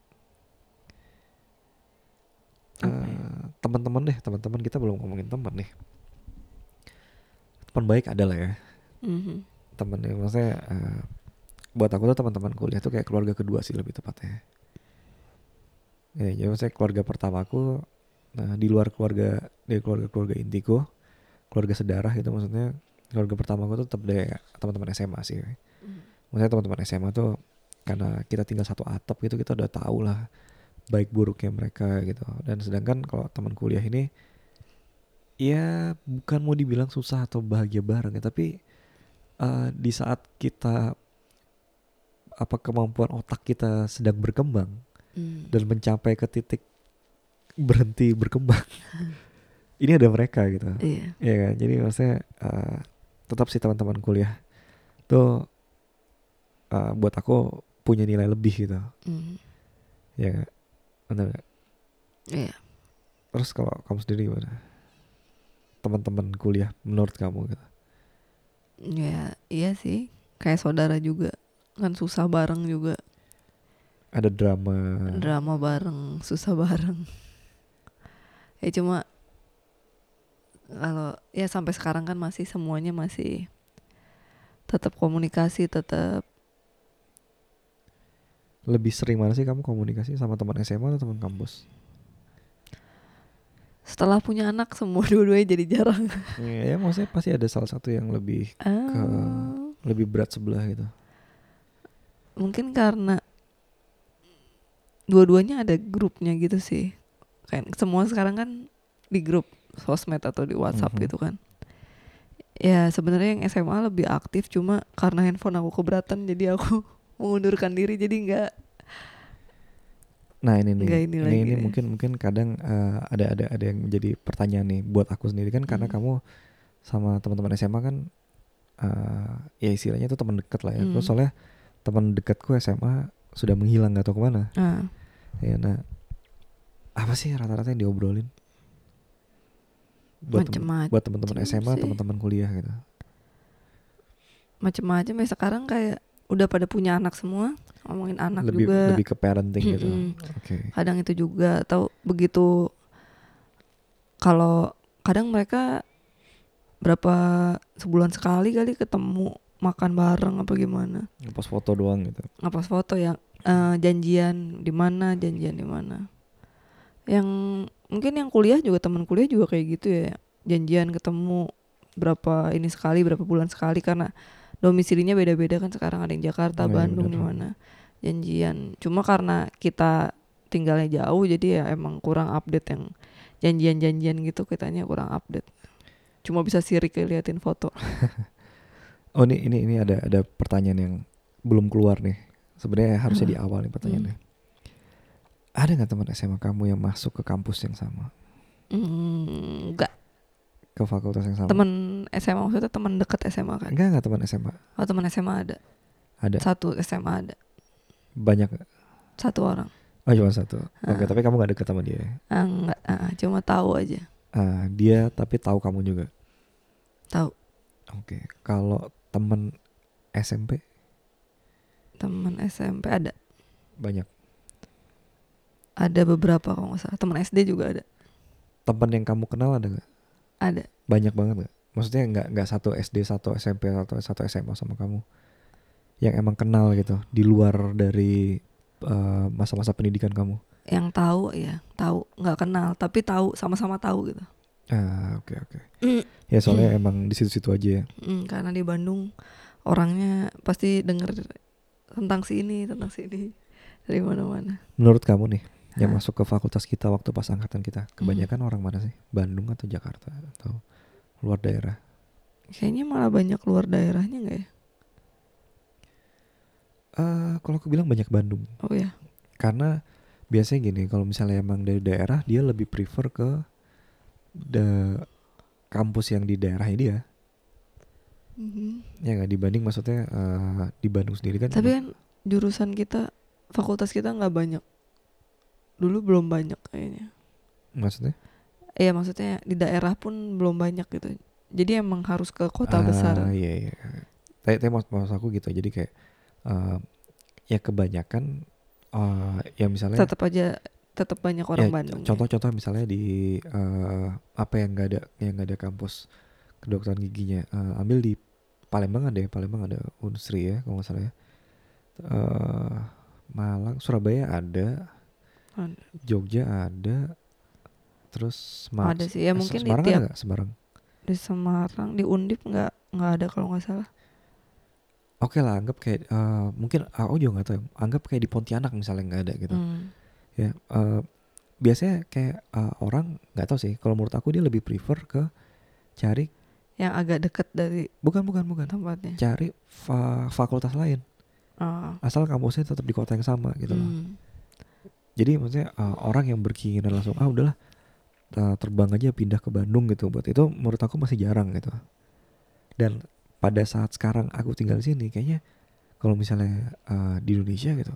Okay. Uh, teman-teman deh, teman-teman kita belum ngomongin teman nih. Teman baik adalah ya. Mm-hmm. Teman yang maksudnya uh, buat aku tuh teman-teman kuliah tuh kayak keluarga kedua sih lebih tepatnya. Ya, jadi maksudnya keluarga pertamaku, nah di luar keluarga, di keluarga-keluarga intiku, keluarga sedarah itu maksudnya keluarga pertama aku tuh tetap dari teman-teman S M A sih. Hmm. Maksudnya teman-teman S M A tuh karena kita tinggal satu atap gitu, kita udah tahu lah baik buruknya mereka gitu. Dan sedangkan kalau teman kuliah ini ya bukan mau dibilang susah atau bahagia bareng ya, tapi uh, di saat kita apa kemampuan otak kita sedang berkembang Hmm. dan mencapai ke titik berhenti berkembang, ini ada mereka gitu. Iya. Ya kan? Jadi maksudnya uh, tetap sih teman-teman kuliah tuh uh, buat aku punya nilai lebih gitu. Hmm. Ya gak? Bener gak? Iya. Terus kalau kamu sendiri gimana? Teman-teman kuliah menurut kamu gitu? Ya iya sih, kayak saudara juga kan, susah bareng juga, Ada drama. drama bareng, susah bareng. Ya cuma kalau ya sampai sekarang kan masih semuanya masih tetap komunikasi, tetap. Lebih sering mana sih kamu komunikasi sama teman S M A atau teman kampus? Setelah punya anak semua dua-duanya jadi jarang. Ya, ya maksudnya pasti ada salah satu yang lebih ke Ah, lebih berat sebelah gitu. mungkin karena dua-duanya ada grupnya gitu sih. Kayak semua sekarang kan di grup sosmed atau di WhatsApp Mhm. gitu kan. Ya sebenarnya yang S M A lebih aktif, cuma karena handphone aku keberatan jadi aku mengundurkan diri, jadi nggak Nah ini nih, nggak ini ini lagi ini deh. mungkin mungkin kadang uh, ada ada ada yang menjadi pertanyaan nih buat aku sendiri kan, karena Hmm. kamu sama teman-teman S M A kan uh, ya istilahnya itu teman dekat lah ya. Aku Hmm. soalnya teman dekatku S M A sudah menghilang, nggak tahu kemana. Ah. Ya, nah apa sih rata-rata yang diobrolin buat temen, Macem-macem buat teman-teman S M A, sih, teman-teman kuliah gitu? macem-macem ya sekarang, kayak udah pada punya anak semua, ngomongin anak Lebih juga. lebih ke parenting gitu. Mm-mm. Oke. Kadang itu juga, atau begitu kalau kadang mereka berapa sebulan sekali kali ketemu makan bareng apa gimana, Ngepost foto doang gitu. ngepost foto yang eh, janjian di mana, janjian di mana. Yang mungkin yang kuliah juga, teman kuliah juga kayak gitu ya, janjian ketemu berapa ini sekali, berapa bulan sekali, karena domisilinya beda-beda kan sekarang, ada yang Jakarta, Oh, iya Bandung, di benar. mana janjian. Cuma karena kita tinggalnya jauh jadi ya emang kurang update yang janjian-janjian gitu, kitanya kurang update. Cuma bisa sirik liatin foto. Oh ini ini ini ada ada pertanyaan yang belum keluar nih. Sebenarnya harusnya Apa? di awal nih pertanyaannya. Hmm. Ada nggak teman S M A kamu yang masuk ke kampus yang sama? Hmm, enggak. Ke fakultas yang sama? Temen S M A maksudnya teman dekat S M A kan? Enggak enggak teman S M A. Oh teman S M A ada. Ada. Satu S M A ada. Banyak nggak? Satu orang. Oh cuma satu. Oke, Ah. tapi kamu nggak deket sama dia? Ah, enggak, ah, cuma tahu aja. Ah, dia tapi tahu kamu juga. Tahu. Oke. Kalau teman S M P? Teman S M P ada. Banyak. Ada beberapa kalau nggak salah. Teman S D juga ada. Teman yang kamu kenal ada nggak? Ada. Banyak banget nggak? Maksudnya nggak nggak satu S D, satu S M P, satu satu S M A sama kamu? Yang emang kenal gitu di luar dari uh, masa-masa pendidikan kamu? Yang tahu ya, tahu, nggak kenal tapi tahu, sama-sama tahu gitu. Ah oke okay, oke. Mm. Ya soalnya emang di situ-situ aja ya. Mm, karena di Bandung orangnya pasti denger tentang si ini, tentang si ini dari mana-mana. Menurut kamu nih, yang Hah? masuk ke fakultas kita waktu pas angkatan kita, kebanyakan orang mana sih? Bandung atau Jakarta atau luar daerah? Kayaknya malah banyak luar daerahnya nggak ya? Uh, kalau aku bilang banyak Bandung. Oh ya. Karena biasanya gini, kalau misalnya emang dari daerah, dia lebih prefer ke the kampus yang di daerahnya dia. Mm-hmm. Ya nggak, dibanding maksudnya uh, di Bandung sendiri kan. Tapi kan jurusan kita, fakultas kita nggak banyak. Dulu belum banyak kayaknya. Maksudnya? Iya maksudnya di daerah pun belum banyak gitu. Jadi emang harus ke kota Ah, besar. Iya iya. Tapi maksud, maksud aku gitu. Jadi kayak uh, ya kebanyakan uh, ya misalnya. Tetap aja tetap banyak orang ya, Bandung. Contoh-contoh ya. Misalnya di uh, apa yang nggak ada yang nggak ada kampus kedokteran giginya. Uh, ambil di Palembang ada ya. Palembang ada Unsri ya kalau nggak salah ya. Uh, Malang, Surabaya ada. Ada. Jogja ada. Terus Semar- ada sih ya, mungkin Semarang di tiap, ada nggak? Semarang di Semarang, di Undip nggak nggak ada kalau nggak salah. Oke lah, anggap kayak uh, mungkin aku juga nggak tahu. Anggap kayak di Pontianak misalnya nggak ada gitu. Hmm. Ya, uh, biasanya kayak uh, orang nggak tahu sih. Kalau menurut aku dia lebih prefer ke cari yang agak deket dari bukan bukan bukan tempatnya. Cari fa- fakultas lain. Oh. Asal kampusnya tetap di kota yang sama gitu loh. Hmm. Jadi maksudnya uh, orang yang berkeinginan langsung ah udahlah uh, terbang aja pindah ke Bandung gitu, buat itu menurut aku masih jarang gitu. Dan pada saat sekarang aku tinggal di sini, kayaknya kalau misalnya uh, di Indonesia gitu,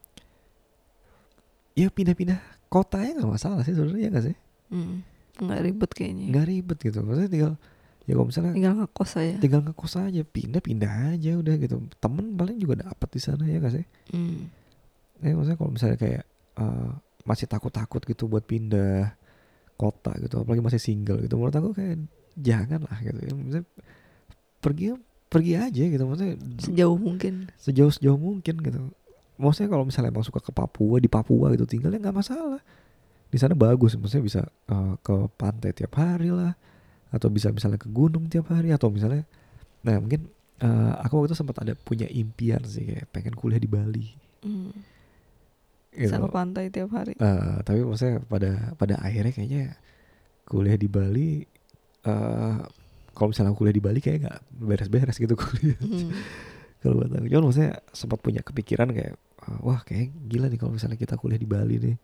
ya pindah-pindah kotanya nggak masalah sih sebenarnya, nggak sih? Hmm. Nggak ribet kayaknya. Nggak ribet gitu, maksudnya tinggal ya kalau misalnya tinggal ngekos aja. Tinggal ngekos aja, pindah-pindah aja udah gitu. Temen paling juga dapat di sana ya nggak sih? Hmm. Ya maksudnya kalau misalnya kayak uh, masih takut-takut gitu buat pindah kota gitu, apalagi masih single gitu, menurut aku kayak jangan lah gitu ya. Maksudnya pergi pergi aja gitu, maksudnya sejauh mungkin sejauh sejauh mungkin gitu. Maksudnya kalau misalnya emang suka ke Papua, di Papua gitu tinggalnya nggak masalah, di sana bagus, maksudnya bisa uh, ke pantai tiap hari lah, atau bisa misalnya ke gunung tiap hari, atau misalnya nah mungkin uh, aku waktu itu sempat ada punya impian sih kayak pengen kuliah di Bali. hmm. Gitu. Bisa ke pantai tiap hari. Uh, tapi maksudnya pada pada akhirnya kayaknya kuliah di Bali, uh, kalau misalnya kuliah di Bali kayak nggak beres-beres gitu kuliah. Hmm. Kalau buat aku, cuman maksudnya sempat punya kepikiran kayak uh, wah kayak gila nih kalau misalnya kita kuliah di Bali nih.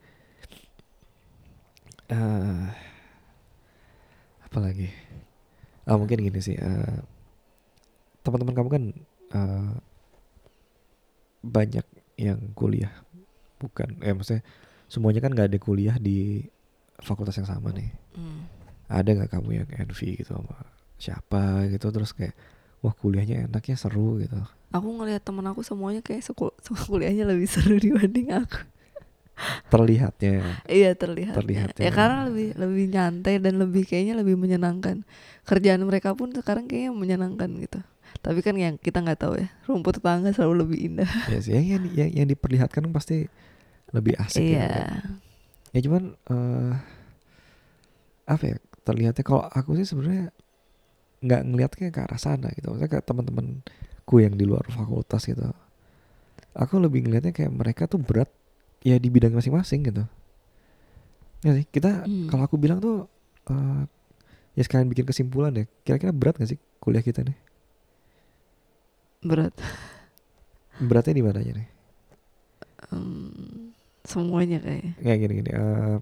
Uh, apalagi? Ah uh, mungkin gini sih. Uh, teman-teman kamu kan uh, banyak yang kuliah, bukan? Eh maksudnya semuanya kan nggak ada kuliah di fakultas yang sama nih. Hmm. Ada nggak kamu yang envy gitu sama siapa gitu, terus kayak wah kuliahnya enaknya seru gitu? Aku ngelihat temen aku semuanya kayak sekul- kuliahnya lebih seru dibanding aku. Terlihatnya. Iya terlihatnya. Terlihatnya. Ya karena lebih lebih nyantai dan lebih kayaknya lebih menyenangkan. Kerjaan mereka pun sekarang kayaknya menyenangkan gitu. Tapi kan yang kita nggak tahu ya, rumput tetangga selalu lebih indah. Ya sih, yang, yang yang diperlihatkan pasti lebih asik. Iya. Ya kan? Ya cuman uh, apa ya, terlihatnya kalau aku sih sebenarnya nggak ngelihatnya ke arah sana gitu. Maksudnya kayak teman-temanku yang di luar fakultas gitu, aku lebih ngelihatnya kayak mereka tuh berat ya di bidang masing-masing gitu. Ya sih, kita hmm. kalau aku bilang tuh uh, ya sekalian bikin kesimpulan ya, kira-kira berat gak sih kuliah kita nih? Berat. Beratnya di mananya nih? Um, semuanya kayak. Ya gini-gini. Uh,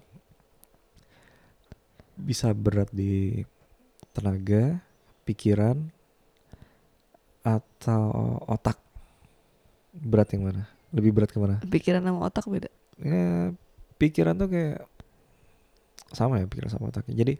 bisa berat di tenaga, pikiran, atau otak. Berat yang mana? Lebih berat kemana? Pikiran sama otak beda. Ya pikiran tuh kayak sama ya, pikiran sama otaknya. Jadi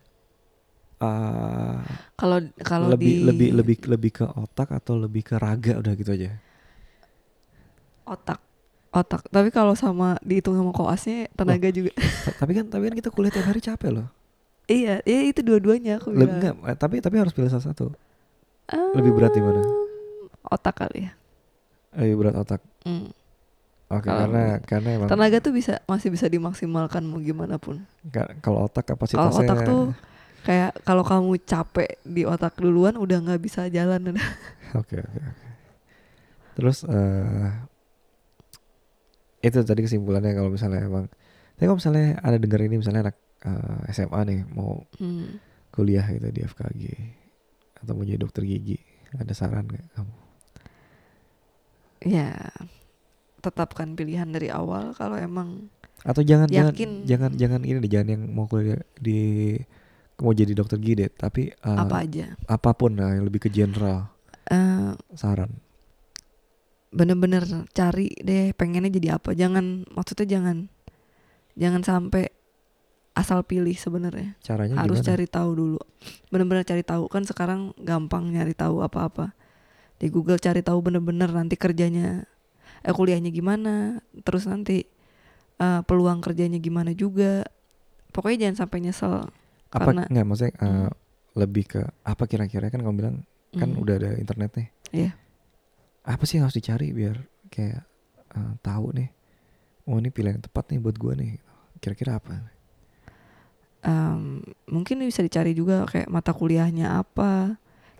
kalau uh, kalau lebih di lebih lebih lebih ke otak atau lebih ke raga, udah gitu aja. Otak. Otak. Tapi kalau sama dihitung sama koasnya tenaga loh, juga. T- tapi kan tapi kan kita kuliah tiap hari capek loh. Iya, iya itu dua-duanya aku bilang. Enggak, tapi tapi harus pilih salah satu. Um, lebih berat di mana? Otak kali ya. Lebih berat otak. Mm. Oke, okay, karena karena emang tenaga tuh bisa masih bisa dimaksimalkan mau gimana pun. Kalau otak kapasitasnya. Kalau otak tuh kayak kalau kamu capek di otak duluan udah nggak bisa jalan udah. Oke oke oke. Terus uh, itu tadi kesimpulannya kalau misalnya emang, tapi kalau misalnya ada dengar ini misalnya anak uh, S M A nih mau hmm. kuliah gitu di F K G atau mau jadi dokter gigi, ada saran nggak kamu? Ya tetapkan pilihan dari awal kalau emang atau jangan yakin. jangan jangan jangan ini deh, jangan yang mau kuliah di mau jadi dokter gigi deh, tapi uh, apa aja apapun lah yang lebih ke general. Uh, saran bener-bener cari deh pengennya jadi apa, jangan maksudnya jangan jangan sampai asal pilih sebenarnya. Caranya harus gimana? Cari tahu dulu, bener-bener cari tahu kan sekarang gampang nyari tahu apa-apa di Google, cari tahu bener-bener nanti kerjanya eh kuliahnya gimana, terus nanti uh, peluang kerjanya gimana juga, pokoknya jangan sampai nyesel. Apa karena nggak maksudnya uh, hmm. lebih ke apa kira-kira, kan kamu bilang kan hmm. udah ada internet nih. Iya. Yeah. Apa sih yang harus dicari biar kayak uh, tahu nih, oh ini pilihan yang tepat nih buat gue nih, kira-kira apa? Um, mungkin bisa dicari juga kayak mata kuliahnya apa,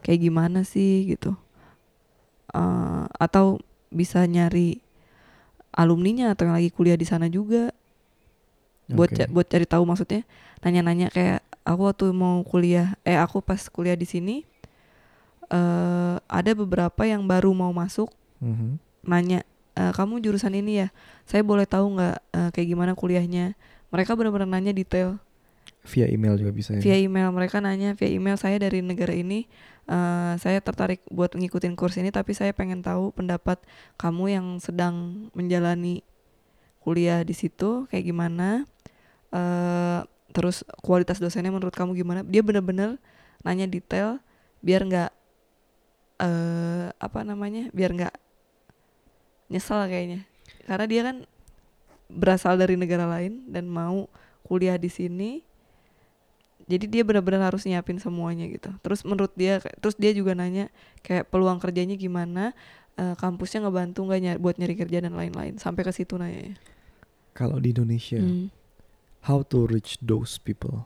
kayak gimana sih gitu. Uh, atau bisa nyari alumninya atau yang lagi kuliah di sana juga buat okay. ca- buat cari tahu, maksudnya nanya-nanya kayak aku waktu mau kuliah eh aku pas kuliah di sini uh, ada beberapa yang baru mau masuk mm-hmm. nanya e, kamu jurusan ini ya, saya boleh tahu nggak uh, kayak gimana kuliahnya. Mereka benar-benar nanya detail via email juga bisa ya. Via email, mereka nanya via email, saya dari negara ini, uh, saya tertarik buat ngikutin kurs ini, tapi saya pengen tahu pendapat kamu yang sedang menjalani kuliah di situ kayak gimana, uh, terus kualitas dosennya menurut kamu gimana. Dia benar-benar nanya detail biar nggak uh, apa namanya biar nggak nyesel kayaknya, karena dia kan berasal dari negara lain dan mau kuliah di sini. Jadi dia benar-benar harus nyiapin semuanya gitu. Terus menurut dia, terus dia juga nanya kayak peluang kerjanya gimana, uh, kampusnya ngebantu nggak nyari, buat nyari kerja dan lain-lain. Sampai ke situ nanya. Kalau di Indonesia, hmm. how to reach those people?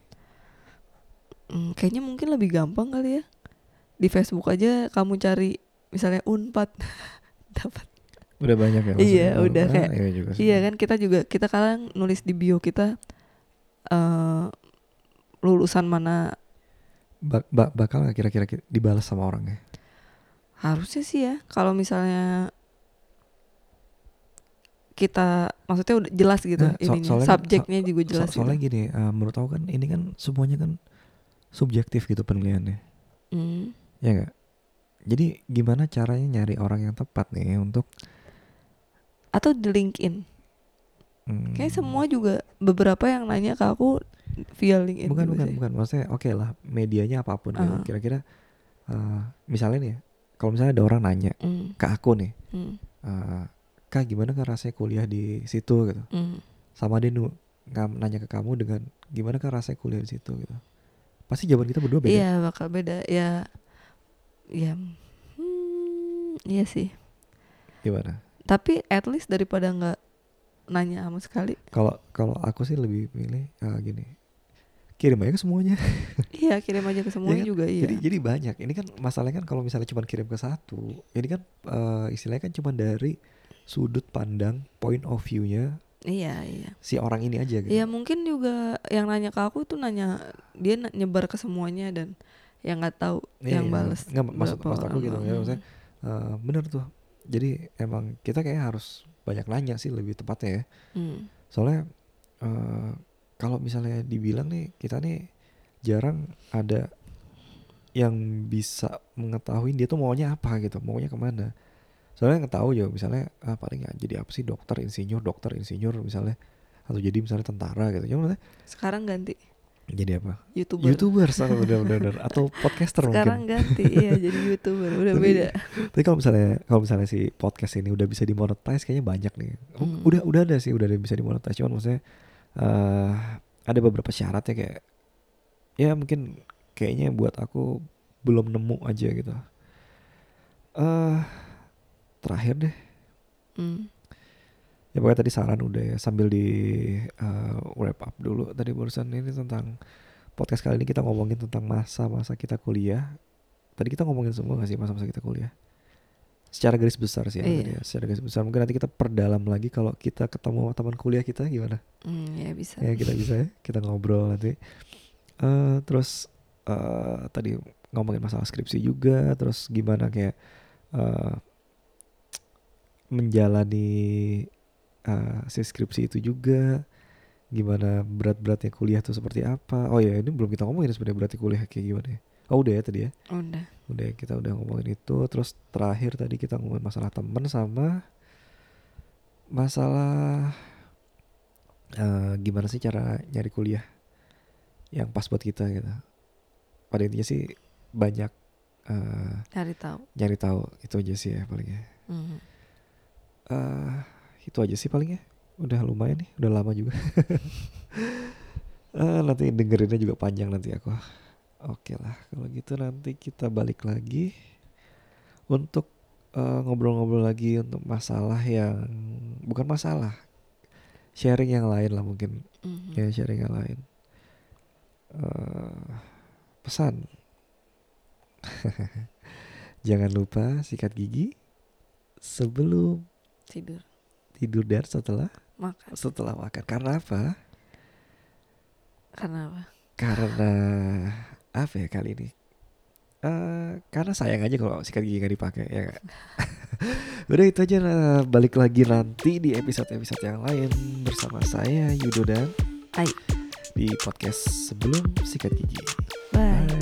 Hmm, kayaknya mungkin lebih gampang kali ya. Di Facebook aja kamu cari misalnya Unpad dapat. Udah banyak ya maksudnya. Iya, oh, udah kayak. Iya, juga iya kan, kita juga kita kadang nulis di bio kita uh, lulusan mana. Bak, bak, bakal gak kira-kira dibalas sama orangnya? Harusnya sih ya, kalau misalnya kita maksudnya udah jelas gitu nah, ininya, so, subjeknya kan, juga jelas. So, soalnya gitu. gini, uh, menurut aku kan ini kan semuanya kan subjektif gitu penilaiannya, mm. ya nggak? Jadi gimana caranya nyari orang yang tepat nih untuk, atau di LinkedIn? Hmm. Kayak semua juga beberapa yang nanya ke aku via LinkedIn. Bukan bukan sih. bukan, maksudnya oke okay lah medianya apapun uh. gitu. Kira-kira uh, misalnya nih, kalau misalnya ada orang nanya mm. ke aku nih, mm. uh, Kak gimana kan rasanya kuliah di situ gitu, mm. sama dia nu nanya ke kamu dengan gimana kan rasanya kuliah di situ gitu, pasti jawaban kita berdua beda. Iya bakal beda ya, ya, hmm, iya sih. Gimana? Tapi at least daripada nggak nanya sama sekali. Kalau kalau aku sih lebih pilih uh, gini, kirim aja ke semuanya. Iya kirim aja ke semuanya ya kan? Juga iya. Jadi jadi banyak. Ini kan masalahnya kan kalau misalnya cuma kirim ke satu, ini kan uh, istilahnya kan cuma dari sudut pandang point of view-nya. Iya iya. Si orang ini aja gitu. Iya mungkin juga yang nanya ke aku tuh nanya dia nyebar ke semuanya dan yang nggak tahu iya, yang balas. Nggak maksud, maksud aku gitu ya, maksudnya uh, bener tuh. Jadi emang kita kayak harus banyak nanya sih lebih tepatnya ya. Hmm. Soalnya uh, kalau misalnya dibilang nih kita nih jarang ada yang bisa mengetahui dia tuh maunya apa gitu, maunya kemana. Soalnya nggak tahu ya misalnya ah, paling nggak jadi apa sih, dokter insinyur dokter insinyur misalnya, atau jadi misalnya tentara gitu. Cuma sekarang ganti jadi apa? YouTuber. YouTuber sama benar-benar atau podcaster sekarang mungkin. Sekarang ganti iya jadi YouTuber udah tapi, beda. Tapi kalau misalnya kalau misalnya si podcast ini udah bisa dimonetize kayaknya banyak nih. Hmm. Udah udah ada sih udah ada bisa dimonetize, cuman maksudnya uh, ada beberapa syaratnya kayak ya mungkin kayaknya buat aku belum nemu aja gitu. Uh, terakhir deh. Hmm. Ya pokoknya tadi saran udah ya, sambil di uh, wrap up dulu tadi barusan ini tentang podcast kali ini kita ngomongin tentang masa-masa kita kuliah. Tadi kita ngomongin semua gak sih masa-masa kita kuliah? Secara garis besar sih ya, iya. ya. Secara garis besar mungkin nanti kita perdalam lagi kalau kita ketemu teman kuliah kita gimana? Hmm, ya bisa. Ya kita bisa ya, kita ngobrol nanti. Uh, terus uh, tadi ngomongin masalah skripsi juga, terus gimana kayak uh, menjalani Uh, si skripsi itu juga, gimana berat-beratnya kuliah tuh seperti apa. Oh ya ini belum kita ngomongin sebenarnya beratnya kuliah kayak gimana ya. Oh udah ya tadi ya. Udah. Udah kita udah ngomongin itu. Terus terakhir tadi kita ngomongin masalah teman sama masalah uh, gimana sih cara nyari kuliah yang pas buat kita gitu. Pada intinya sih banyak uh, nyari tahu. Nyari tahu itu aja sih ya palingnya. Mm-hmm. Uh, itu aja sih palingnya. Udah lumayan nih, udah lama juga. uh, nanti dengerinnya juga panjang nanti aku. Oke lah, kalau gitu nanti kita balik lagi untuk uh, ngobrol-ngobrol lagi untuk masalah yang bukan masalah, sharing yang lain lah mungkin. Mm-hmm. Ya sharing yang lain. Uh, pesan. Jangan lupa sikat gigi sebelum tidur. Tidur dan setelah makan. Setelah makan. Karena apa? Karena apa? Karena apa ya kali ini? Uh, karena sayang aja kalau sikat gigi gak dipakai ya gak? Udah itu aja lah. Balik lagi nanti di episode-episode yang lain bersama saya Yudo dan Ai di podcast sebelum sikat gigi. Bye. Bye.